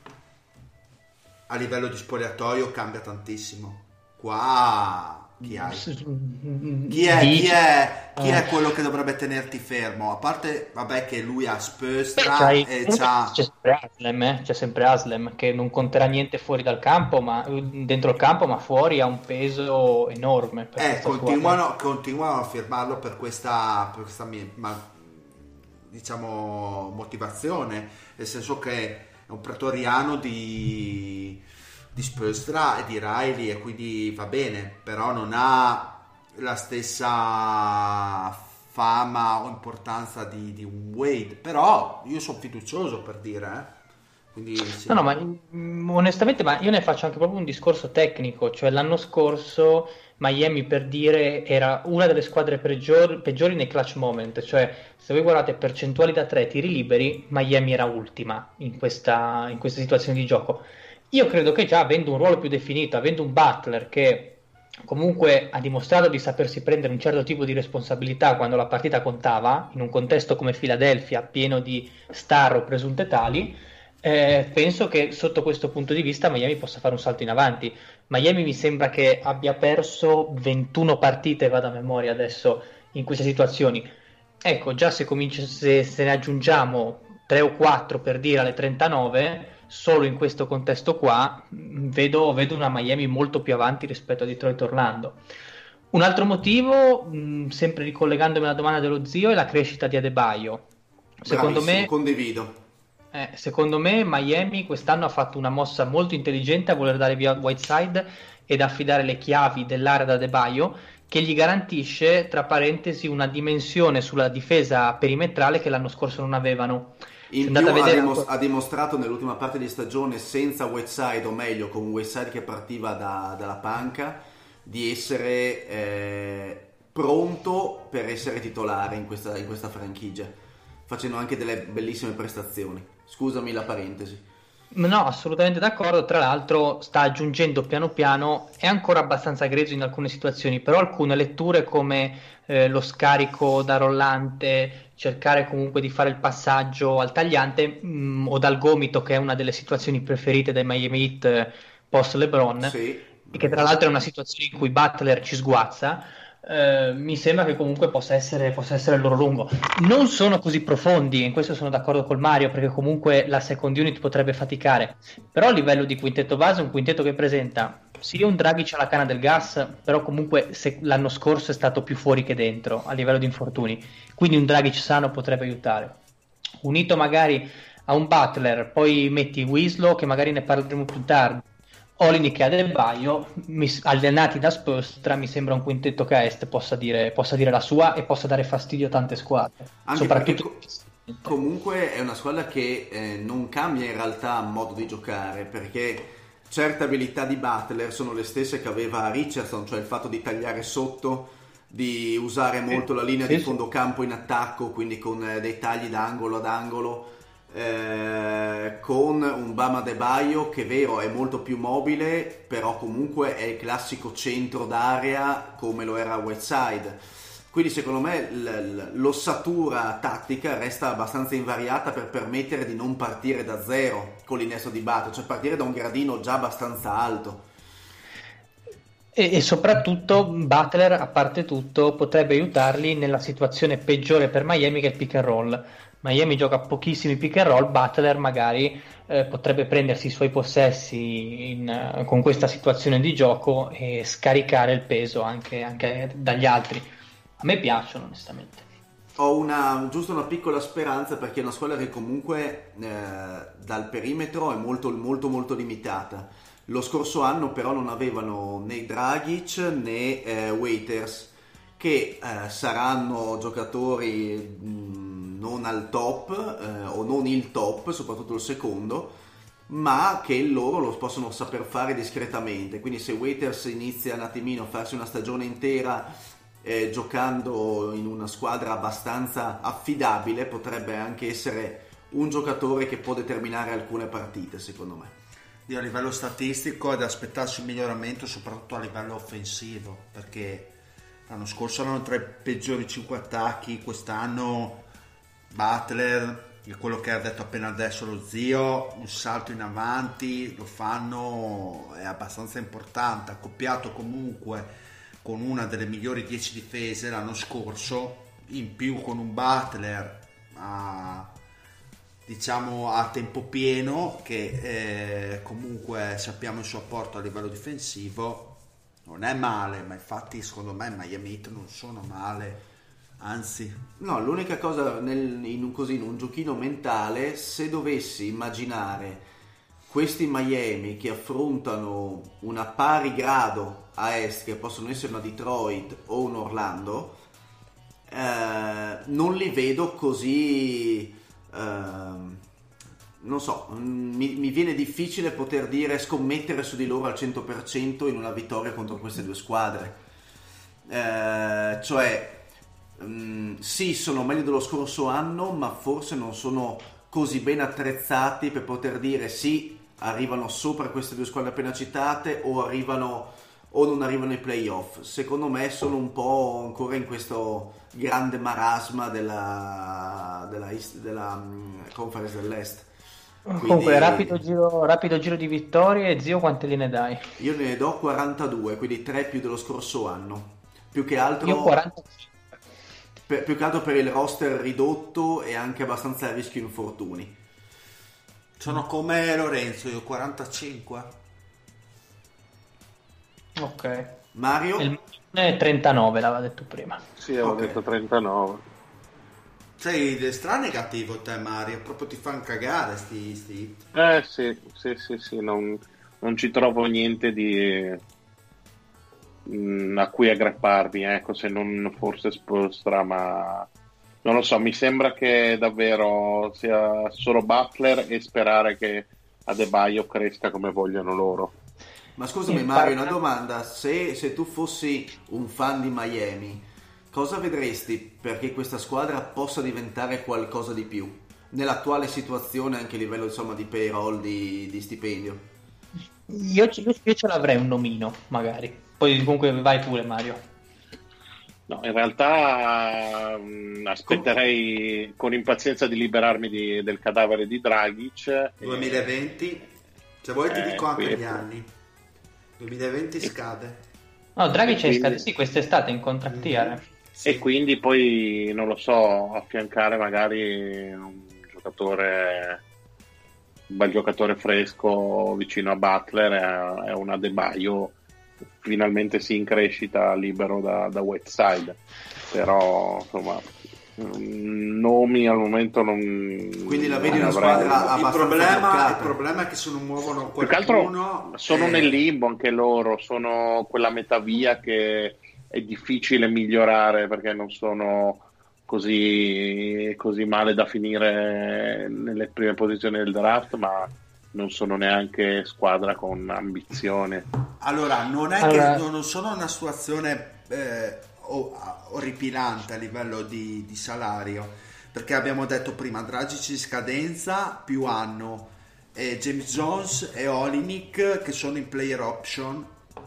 A livello di spogliatoio cambia tantissimo. Qua chi hai? Chi è, chi è, chi è quello che dovrebbe tenerti fermo? A parte, vabbè, che lui ha Beh, Spöstra c'hai- e c'ha... c'è sempre Haslem, eh? C'è sempre Haslem che non conterà niente fuori dal campo, ma dentro il campo, ma fuori ha un peso enorme. per Eh, questa continuano, continuano a firmarlo per questa, per questa mia- ma- diciamo motivazione, nel senso che è un pretoriano di, di Spöstra e di Riley, e quindi va bene, però non ha la stessa fama o importanza di, di un Wade, però io sono fiducioso, per dire, eh. Quindi, sì. No, no, ma mm, onestamente, ma io ne faccio anche proprio un discorso tecnico, cioè l'anno scorso Miami, per dire, era una delle squadre peggiori, peggiori nei clutch moment, cioè se voi guardate percentuali da tre, tiri liberi, Miami era ultima in questa, in questa situazione di gioco. Io credo che già avendo un ruolo più definito, avendo un Butler che comunque ha dimostrato di sapersi prendere un certo tipo di responsabilità quando la partita contava, in un contesto come Philadelphia, pieno di star o presunte tali, eh, penso che sotto questo punto di vista Miami possa fare un salto in avanti. Miami mi sembra che abbia perso ventuno partite, vado a memoria adesso, in queste situazioni. Ecco, già se, comincia, se, se ne aggiungiamo tre o quattro per dire alle trentanove, solo in questo contesto qua vedo, vedo una Miami molto più avanti rispetto a Detroit Orlando. Un altro motivo, mh, sempre ricollegandomi alla domanda dello zio, è la crescita di Adebayo. Secondo Bravissimo, me condivido. Eh, secondo me Miami quest'anno ha fatto una mossa molto intelligente a voler dare via Whiteside ed affidare le chiavi dell'area da Adebayo, che gli garantisce, tra parentesi, una dimensione sulla difesa perimetrale che l'anno scorso non avevano. In più ha, dimos- ha dimostrato nell'ultima parte di stagione, senza Whiteside, o meglio con Whiteside che partiva da, dalla panca, di essere eh, pronto per essere titolare in questa, in questa franchigia, facendo anche delle bellissime prestazioni. Scusami la parentesi. No, assolutamente d'accordo. Tra l'altro sta aggiungendo piano piano, è ancora abbastanza grezzo in alcune situazioni, però alcune letture come eh, lo scarico da rollante, cercare comunque di fare il passaggio al tagliante mh, o dal gomito, che è una delle situazioni preferite dai Miami Heat eh, post LeBron, Sì. e che tra l'altro è una situazione in cui Butler ci sguazza. Uh, mi sembra che comunque possa essere, possa essere il loro lungo. Non sono così profondi, in questo sono d'accordo col Mario, perché comunque la second unit potrebbe faticare, però a livello di quintetto base è un quintetto che presenta sì un Dragic alla canna del gas, però comunque se l'anno scorso è stato più fuori che dentro a livello di infortuni, quindi un Dragic sano potrebbe aiutare, unito magari a un Butler, poi metti Winslow, che magari ne parleremo più tardi, Olynyk e Adebayo, allenati da Spoelstra, mi sembra un quintetto che a Est possa dire, possa dire la sua e possa dare fastidio a tante squadre. Anche soprattutto perché co- comunque è una squadra che eh, non cambia in realtà modo di giocare, perché certe abilità di Butler sono le stesse che aveva Richardson, cioè il fatto di tagliare sotto, di usare molto la linea sì, di sì. fondo campo in attacco, quindi con eh, dei tagli da angolo ad angolo. Eh, con un Bam Adebayo che è vero è molto più mobile, però comunque è il classico centro d'area come lo era Whiteside, quindi secondo me l- l'ossatura tattica resta abbastanza invariata per permettere di non partire da zero con l'innesto di Butler, cioè partire da un gradino già abbastanza alto. E, e soprattutto Butler, a parte tutto, potrebbe aiutarli nella situazione peggiore per Miami, che è il pick and roll. Miami gioca pochissimi pick and roll, Butler magari eh, potrebbe prendersi i suoi possessi in, uh, con questa situazione di gioco e scaricare il peso anche, anche dagli altri. A me piacciono, onestamente. Ho una, giusto una piccola speranza, perché è una squadra che comunque eh, dal perimetro è molto molto molto limitata. Lo scorso anno però non avevano né Dragic né eh, Waiters, che eh, saranno giocatori mh, non al top eh, o non il top, soprattutto il secondo, ma che loro lo possono saper fare discretamente. Quindi se Waiters inizia un attimino a farsi una stagione intera eh, giocando in una squadra abbastanza affidabile, potrebbe anche essere un giocatore che può determinare alcune partite, secondo me. Io a livello statistico è da aspettarsi un miglioramento soprattutto a livello offensivo, perché l'anno scorso erano tra i peggiori cinque attacchi, quest'anno Butler, è quello che ha detto appena adesso lo zio, un salto in avanti lo fanno, è abbastanza importante, accoppiato comunque con una delle migliori dieci difese l'anno scorso, in più con un Butler a, diciamo a tempo pieno, che eh, comunque sappiamo il suo apporto a livello difensivo. Non è male, ma infatti secondo me Miami Heat non sono male, anzi. No, l'unica cosa nel, in un così in un giochino mentale, se dovessi immaginare questi Miami che affrontano una pari grado a est, che possono essere una Detroit o un Orlando, eh, non li vedo così, eh, non so, mi, mi viene difficile poter dire scommettere su di loro al cento per cento in una vittoria contro queste due squadre. Eh, cioè mh, sì, sono meglio dello scorso anno, ma forse non sono così ben attrezzati per poter dire sì, arrivano sopra queste due squadre appena citate o arrivano o non arrivano ai playoff. Secondo me sono un po' ancora in questo grande marasma della, della, della um, Conference dell'Est. Quindi, comunque rapido giro, rapido giro di vittorie. E zio, quante gliene dai? Io ne do quarantadue, quindi tre più dello scorso anno, più che altro Io quarantacinque. per, più che altro per il roster ridotto e anche abbastanza a rischio infortuni. Sono come Lorenzo, io quarantacinque. Ok. Mario? Il è trentanove, l'aveva detto prima. Sì, avevo Ok. detto trentanove. Sei stra negativo te, Mario, proprio ti fanno cagare sti, sti... Eh sì, sì, sì, sì, non, non ci trovo niente di mh, a cui aggrapparmi, ecco, se non forse Spoelstra, ma non lo so, mi sembra che davvero sia solo Butler e sperare che Adebayo cresca come vogliono loro. Ma scusami In Mario, parte- una domanda, se, se tu fossi un fan di Miami, cosa vedresti perché questa squadra possa diventare qualcosa di più? Nell'attuale situazione anche a livello insomma di payroll, di, di stipendio. Io, ce- io ce l'avrei un nomino, magari. Poi comunque vai pure, Mario. No, in realtà mh, aspetterei con impazienza di liberarmi di- del cadavere di Dragic. e- duemilaventi, se vuoi ti Eh, dico anche qui- gli anni. duemilaventi scade. No, Draghi c'è in Quindi- scade, sì, quest'estate in contract year. Sì. E quindi poi, non lo so, affiancare magari un giocatore, un bel giocatore fresco vicino a Butler è, è un Adebayo finalmente sì in crescita, libero da, da Whiteside. Però, insomma, mm, nomi al momento non... Quindi la vedi non una avrei. squadra il abbastanza problema, bloccata. il problema è che se non muovono Più che altro qualcuno sono eh, nel limbo anche loro, sono quella metà via che è difficile migliorare perché non sono così, così male da finire nelle prime posizioni del draft, ma non sono neanche squadra con ambizione. Allora, non è Allora- che non sono una situazione eh, o- orripilante a livello di, di salario, perché abbiamo detto prima Dragic in scadenza, più hanno eh, James Jones e Olynyk che sono in player option,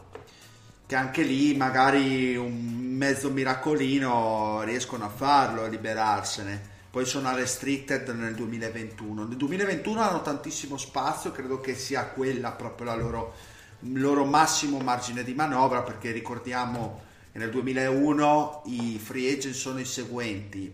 che anche lì magari un mezzo miracolino riescono a farlo, a liberarsene. Poi sono restricted nel duemilaventuno. Nel duemilaventuno hanno tantissimo spazio, credo che sia quella proprio la loro, il loro massimo margine di manovra, perché ricordiamo che nel duemilauno i free agent sono i seguenti: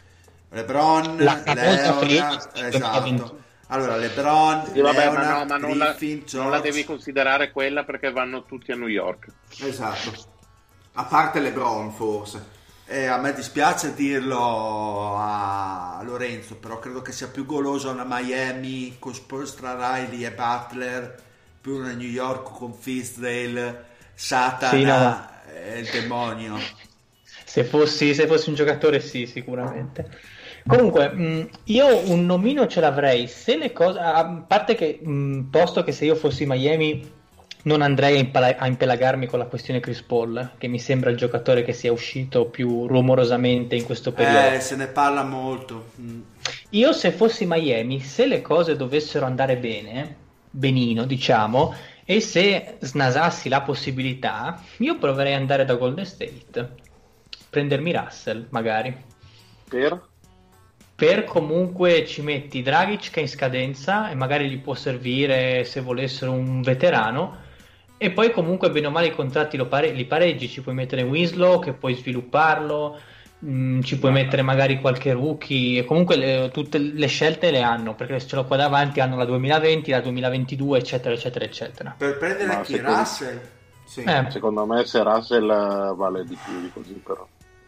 LeBron, La famosa free Leonard, agency esatto. duemilaventuno. Allora LeBron, Sì, vabbè, ma, no, Leonard, ma non, la, Griffin, non la George. devi considerare quella perché vanno tutti a New York. Esatto. A parte LeBron forse. Eh, a me dispiace dirlo a Lorenzo, però credo che sia più goloso una Miami con Spoelstra, Riley e Butler, più una New York con Fizdale, Satana Sì, no. e il demonio. Se fossi, se fossi un giocatore, sì, sicuramente. Comunque, mh, io un nomino ce l'avrei. Se le cose, a parte che, mh, posto che se io fossi Miami, non andrei a, impala- a impelagarmi con la questione Chris Paul, che mi sembra il giocatore che sia uscito più rumorosamente in questo periodo. Eh, se ne parla molto. Mm. Io se fossi Miami, se le cose dovessero andare bene, benino diciamo, e se snasassi la possibilità, io proverei ad andare da Golden State, prendermi Russell magari, Per? per comunque ci metti Dragic che è in scadenza e magari gli può servire se volessero un veterano, e poi comunque bene o male i contratti lo pare- li pareggi, ci puoi mettere Winslow che puoi svilupparlo, mh, ci puoi mettere magari qualche rookie, e comunque le- tutte le scelte le hanno, perché se ce l'ho qua davanti hanno la duemilaventi, la duemilaventidue eccetera eccetera eccetera. Per prendere Ma chi? secondo- Russell? Sì. Eh, Secondo me se Russell eh, vale di più di così, però.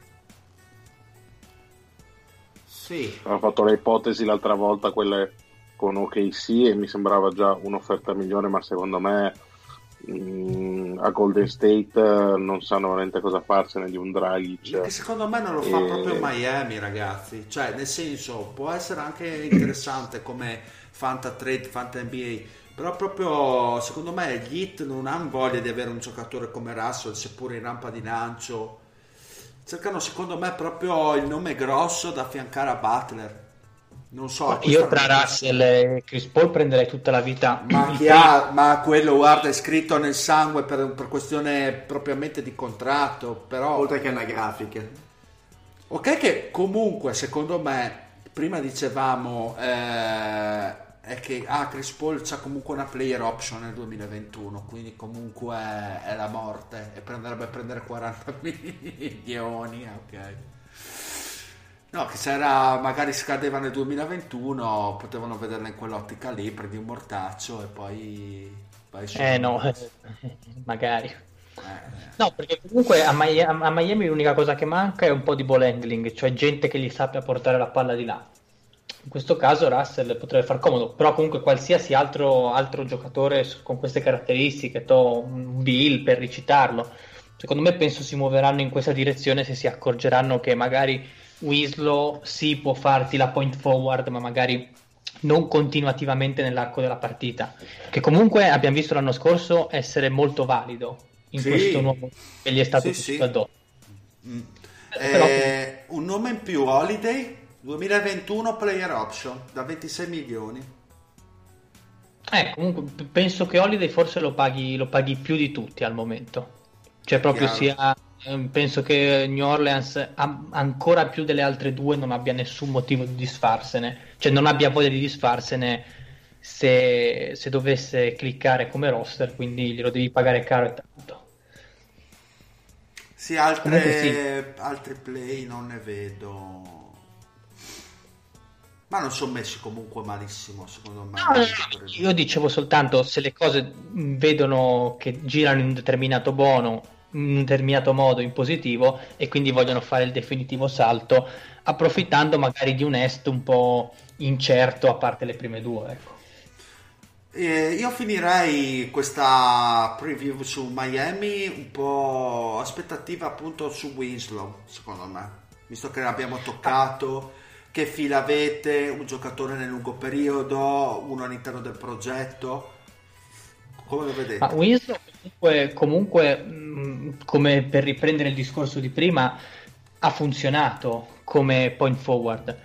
Sì. Ho fatto le ipotesi l'altra volta, quelle con O K C, e mi sembrava già un'offerta migliore, ma secondo me mh, a Golden State eh, non sanno veramente cosa farsene di un Dragic. Che secondo me non lo fa E- proprio Miami, ragazzi. Cioè, nel senso, può essere anche interessante come Fanta Trade, Fanta N B A. Però proprio, secondo me, gli Heat non hanno voglia di avere un giocatore come Russell, seppure in rampa di lancio. Cercano, secondo me, proprio il nome grosso da affiancare a Butler. Non so. questa Io è una tra mia- Russell e Chris Paul prenderei tutta la vita. Ma, chi ha, ma quello, guarda, è scritto nel sangue per, per questione propriamente di contratto. Però, Oltre che anagrafiche. ok, che comunque, secondo me, prima dicevamo eh, è che ah, Chris Paul c'ha comunque una player option nel duemilaventuno, quindi comunque è, è la morte e prenderebbe a prendere quaranta milioni, ok. No, che se era, magari scadeva nel duemilaventuno, potevano vederla in quell'ottica lì, prendi un mortaccio e poi vai su. Eh no, magari. Eh, No, perché comunque a Mi- a Miami l'unica cosa che manca è un po' di ball handling, cioè gente che gli sappia portare la palla di là. In questo caso Russell potrebbe far comodo, però comunque qualsiasi altro, altro giocatore s- con queste caratteristiche, to, un Bill per ricitarlo, secondo me penso si muoveranno in questa direzione se si accorgeranno che magari Winslow sì può farti la point forward, ma magari non continuativamente nell'arco della partita, che comunque abbiamo visto l'anno scorso essere molto valido in Sì. questo nuovo che gli è stato Sì, cucito sì. addosso. Mm. Però- Eh, un nome in più, Holiday duemilaventuno player option da ventisei milioni. Eh, comunque p- penso che Holiday forse lo paghi, lo paghi più di tutti al momento. Cioè proprio Chiaro. sia, ehm, penso che New Orleans a- ancora più delle altre due non abbia nessun motivo di disfarsene, cioè non abbia voglia di disfarsene se, se dovesse cliccare come roster, quindi glielo devi pagare caro e tanto. Sì, altre, Comunque altri play non ne vedo. Ma non sono messi comunque malissimo, secondo me. No, no, no, io dicevo soltanto se le cose mh, vedono che girano in un determinato bono, in un determinato modo in positivo e quindi vogliono fare il definitivo salto, approfittando magari di un est un po' incerto a parte le prime due, ecco. Eh, io finirei questa preview su Miami un po' aspettativa appunto su Winslow, secondo me, visto che l'abbiamo toccato. Che fila avete? Un giocatore nel lungo periodo, uno all'interno del progetto? Come lo vedete? Ma Winslow comunque, comunque mh, come per riprendere il discorso di prima, ha funzionato come point forward.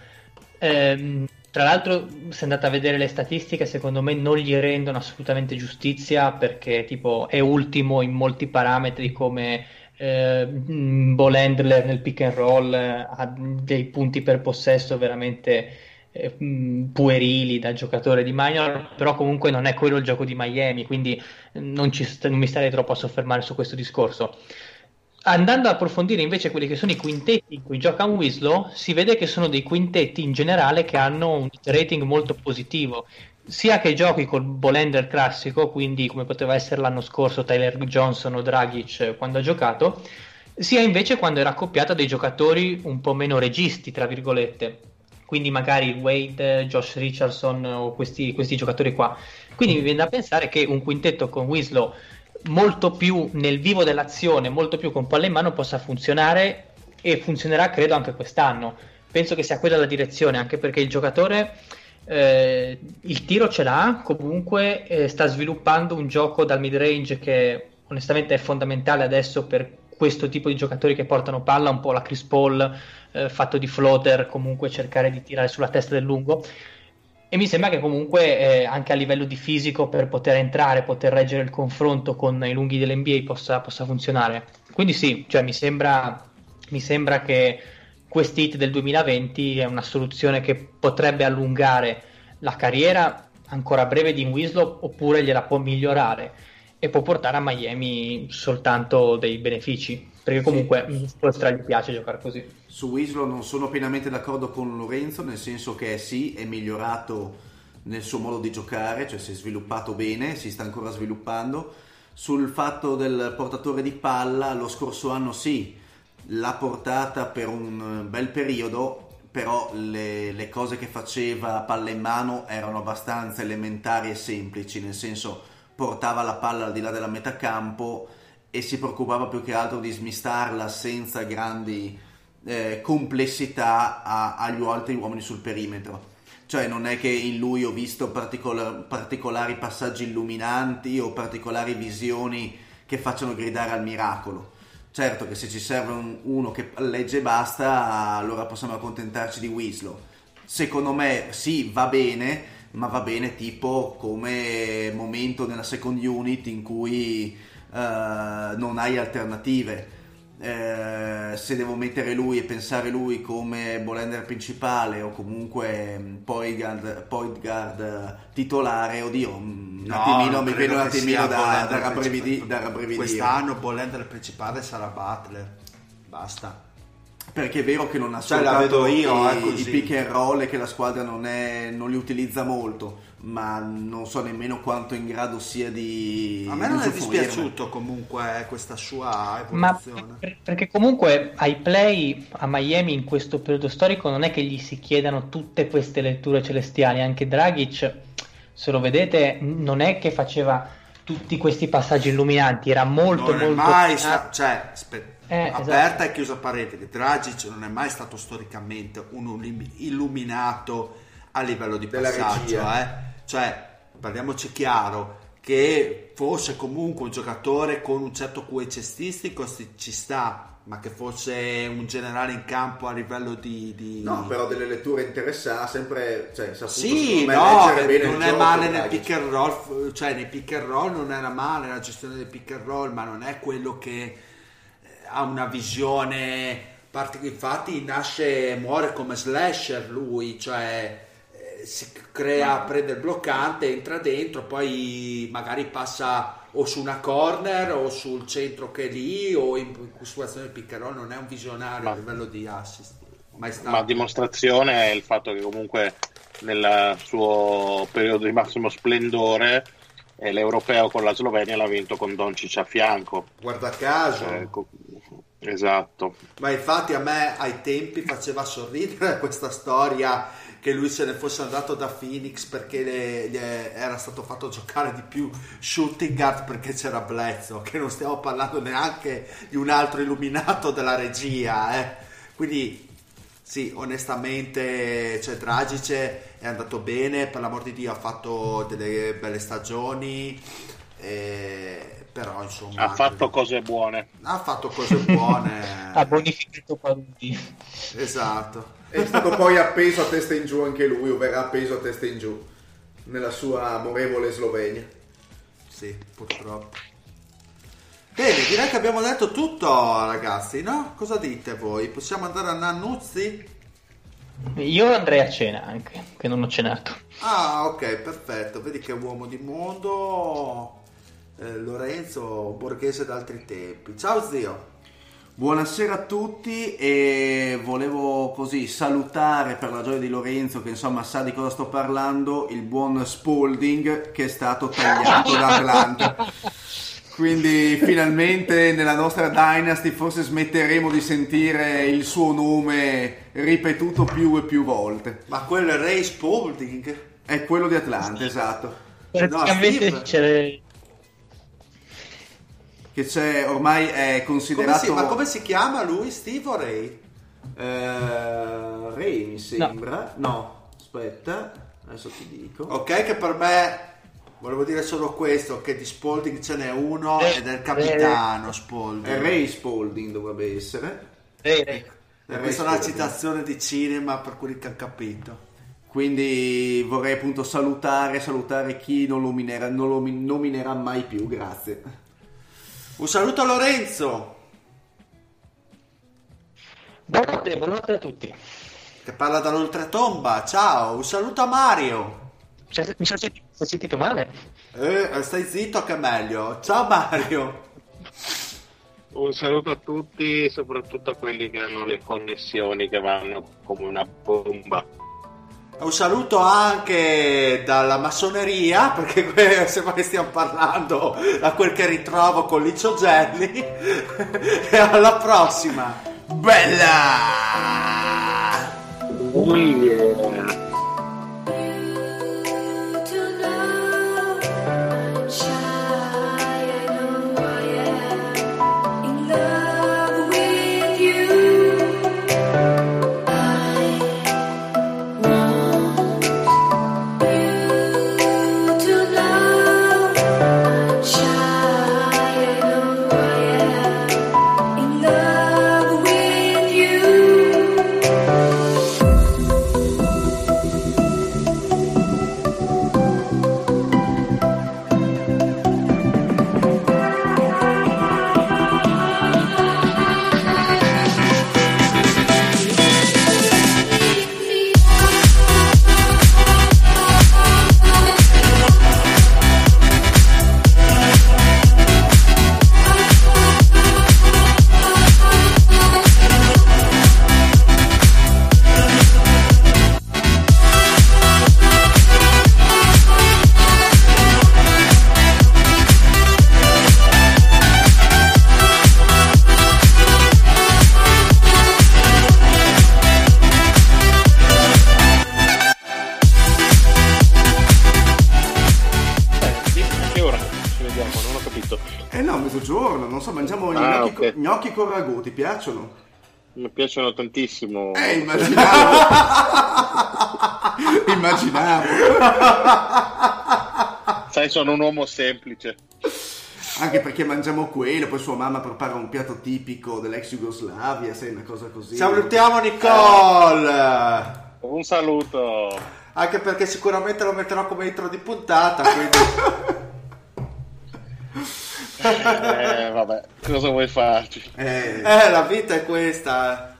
Ehm, tra l'altro, se andate a vedere le statistiche, secondo me non gli rendono assolutamente giustizia perché tipo è ultimo in molti parametri come eh, mh, ball handler nel pick and roll, eh, ha dei punti per possesso veramente eh, mh, puerili da giocatore di minor, però comunque non è quello il gioco di Miami, quindi non, ci st- non mi starei troppo a soffermare su questo discorso. Andando ad approfondire invece quelli che sono i quintetti in cui gioca un Winslow, si vede che sono dei quintetti in generale che hanno un rating molto positivo, sia che giochi col ball-handler classico, quindi come poteva essere l'anno scorso Tyler Johnson o Dragic eh, quando ha giocato, sia invece quando era accoppiato a dei giocatori un po' meno registi, tra virgolette, quindi magari Wade, Josh Richardson o questi, questi giocatori qua. Quindi mi viene da pensare che un quintetto con Winslow molto più nel vivo dell'azione, molto più con palla in mano possa funzionare e funzionerà credo anche quest'anno. Penso che sia quella la direzione, anche perché il giocatore eh, il tiro ce l'ha, comunque eh, sta sviluppando un gioco dal mid range che onestamente è fondamentale adesso per questo tipo di giocatori che portano palla, un po' la Chris Paul eh, fatto di floater, comunque cercare di tirare sulla testa del lungo. E mi sembra che comunque eh, anche a livello di fisico per poter entrare, poter reggere il confronto con i lunghi dell'N B A possa, possa funzionare. Quindi sì, cioè mi sembra, mi sembra che quest'hit del duemilaventi è una soluzione che potrebbe allungare la carriera ancora breve di Winslow oppure gliela può migliorare e può portare a Miami soltanto dei benefici. Perché comunque sì, Spoelstra gli piace giocare così. Su Winslow non sono pienamente d'accordo con Lorenzo, nel senso che sì, è migliorato nel suo modo di giocare, cioè si è sviluppato bene, si sta ancora sviluppando. Sul fatto del portatore di palla, lo scorso anno sì, l'ha portata per un bel periodo, però le, le cose che faceva a palla in mano erano abbastanza elementari e semplici, nel senso portava la palla al di là della metà campo e si preoccupava più che altro di smistarla senza grandi eh, complessità a, agli altri uomini sul perimetro. Cioè non è che in lui ho visto particola- particolari passaggi illuminanti o particolari visioni che facciano gridare al miracolo. Certo che se ci serve un, uno che legge e basta, allora possiamo accontentarci di Winslow. Secondo me sì, va bene, ma va bene tipo come momento nella second unit in cui uh, non hai alternative. Eh, se devo mettere lui e pensare lui come ball principale o comunque point guard, point guard titolare, oddio, un No, attimino non mi credo viene un che attimino sia da, Bolender da, rabbrividi, principale. da rabbrividire. Quest'anno Bolender principale sarà Butler, basta. Perché è vero che non ha Cioè, la vedo io, i, eh, così. i pick and roll e che la squadra non, è, non li utilizza molto, ma non so nemmeno quanto in grado sia di A me non è usufruirne. dispiaciuto comunque questa sua Ma evoluzione. per- perché comunque ai play a Miami in questo periodo storico non è che gli si chiedano tutte queste letture celestiali, anche Dragic, se lo vedete, non è che faceva tutti questi passaggi illuminanti, era molto non è molto mai sta- cioè, aspe- Eh, aperta esatto. e chiusa parentesi, Dragic non è mai stato storicamente un ulim- illuminato a livello di Della passaggio, regia. eh. Cioè, parliamoci chiaro, che fosse comunque un giocatore con un certo Q I cestistico si- ci sta, ma che fosse un generale in campo a livello di... di... No, però delle letture interessanti, sempre, cioè, saputo, Sì, secondo me, no, leggere bene non il è gioco, male nel Dragic. pick and roll, cioè nei pick and roll non era male la gestione del pick and roll, ma non è quello che eh, ha una visione partic- infatti nasce, muore come slasher lui, cioè eh, si crea, prende il bloccante, entra dentro, poi magari passa o su una corner o sul centro che è lì o in, in situazione del pick and roll, non è un visionario Ma- a livello di assist, mai stato. Ma dimostrazione è il fatto che comunque nel suo periodo di massimo splendore eh, l'europeo con la Slovenia l'ha vinto con Doncic a fianco. Guarda caso. Eh, co- esatto. Ma infatti a me ai tempi faceva sorridere questa storia che lui se ne fosse andato da Phoenix perché le- le- era stato fatto giocare di più shooting guard perché c'era Bledsoe, che non stiamo parlando neanche di un altro illuminato della regia, eh. Quindi sì, onestamente, cioè, Dragic è andato bene, per l'amor di Dio ha fatto delle belle stagioni, eh, però insomma Ha fatto cose buone. ha fatto cose buone. ha bonificato Paludi. Esatto. È stato poi appeso a testa in giù anche lui, o verrà appeso a testa in giù nella sua amorevole Slovenia. Sì, purtroppo. Bene, direi che abbiamo detto tutto, ragazzi, no? Cosa dite voi? Possiamo andare a Nannuzzi? Io andrei a cena anche, che non ho cenato. Ah, ok, perfetto. Vedi che uomo di mondo, eh, Lorenzo, borghese d'altri tempi. Ciao zio. Buonasera a tutti, e volevo così salutare, per la gioia di Lorenzo che insomma sa di cosa sto parlando, il buon Spalding che è stato tagliato da Atlanta. Quindi finalmente nella nostra Dynasty forse smetteremo di sentire il suo nome ripetuto più e più volte. Ma quello è Ray Spalding? È quello di Atlanta, esatto. Praticamente Steve. c'è... Che c'è, ormai è Come considerato... si, ma come si chiama lui? Steve o Ray? Eh, Ray mi sembra. No. aspetta, adesso ti dico. Ok, che per me, volevo dire solo questo, che di Spalding ce n'è uno Eh, ed è il capitano Spalding. È Ray Spalding dovrebbe essere. Eh, eh. E questa è una citazione di cinema per quelli che hanno capito. Quindi vorrei appunto salutare, salutare chi non lo nominerà, non lo nominerà mai più, grazie. Un saluto a Lorenzo, Buonanotte, buonanotte a tutti. che parla dall'oltretomba. Ciao, un saluto a Mario. Cioè, mi sono sentito, sono sentito male? Eh, stai zitto che è meglio. Ciao Mario. Un saluto a tutti, soprattutto a quelli che hanno le connessioni che vanno come una bomba. Un saluto anche dalla massoneria, perché que- sembra che stiamo parlando da quel che ritrovo con Licio Gelli. E alla prossima. Bella! Oh yeah. To know, shine. mattina o a mezzogiorno, non so, mangiamo gli Ah, gnocchi, ok. co- gnocchi con ragù, ti piacciono? Mi piacciono tantissimo. Eh, immaginavo. Immaginavo. Sai, sono un uomo semplice. Anche perché mangiamo quello, poi sua mamma prepara un piatto tipico dell'ex Jugoslavia, sai, una cosa così. Salutiamo Nicole! Un saluto. Anche perché sicuramente lo metterò come intro di puntata, quindi... Eh, vabbè, cosa vuoi farci? Eh, Eh, la vita è questa.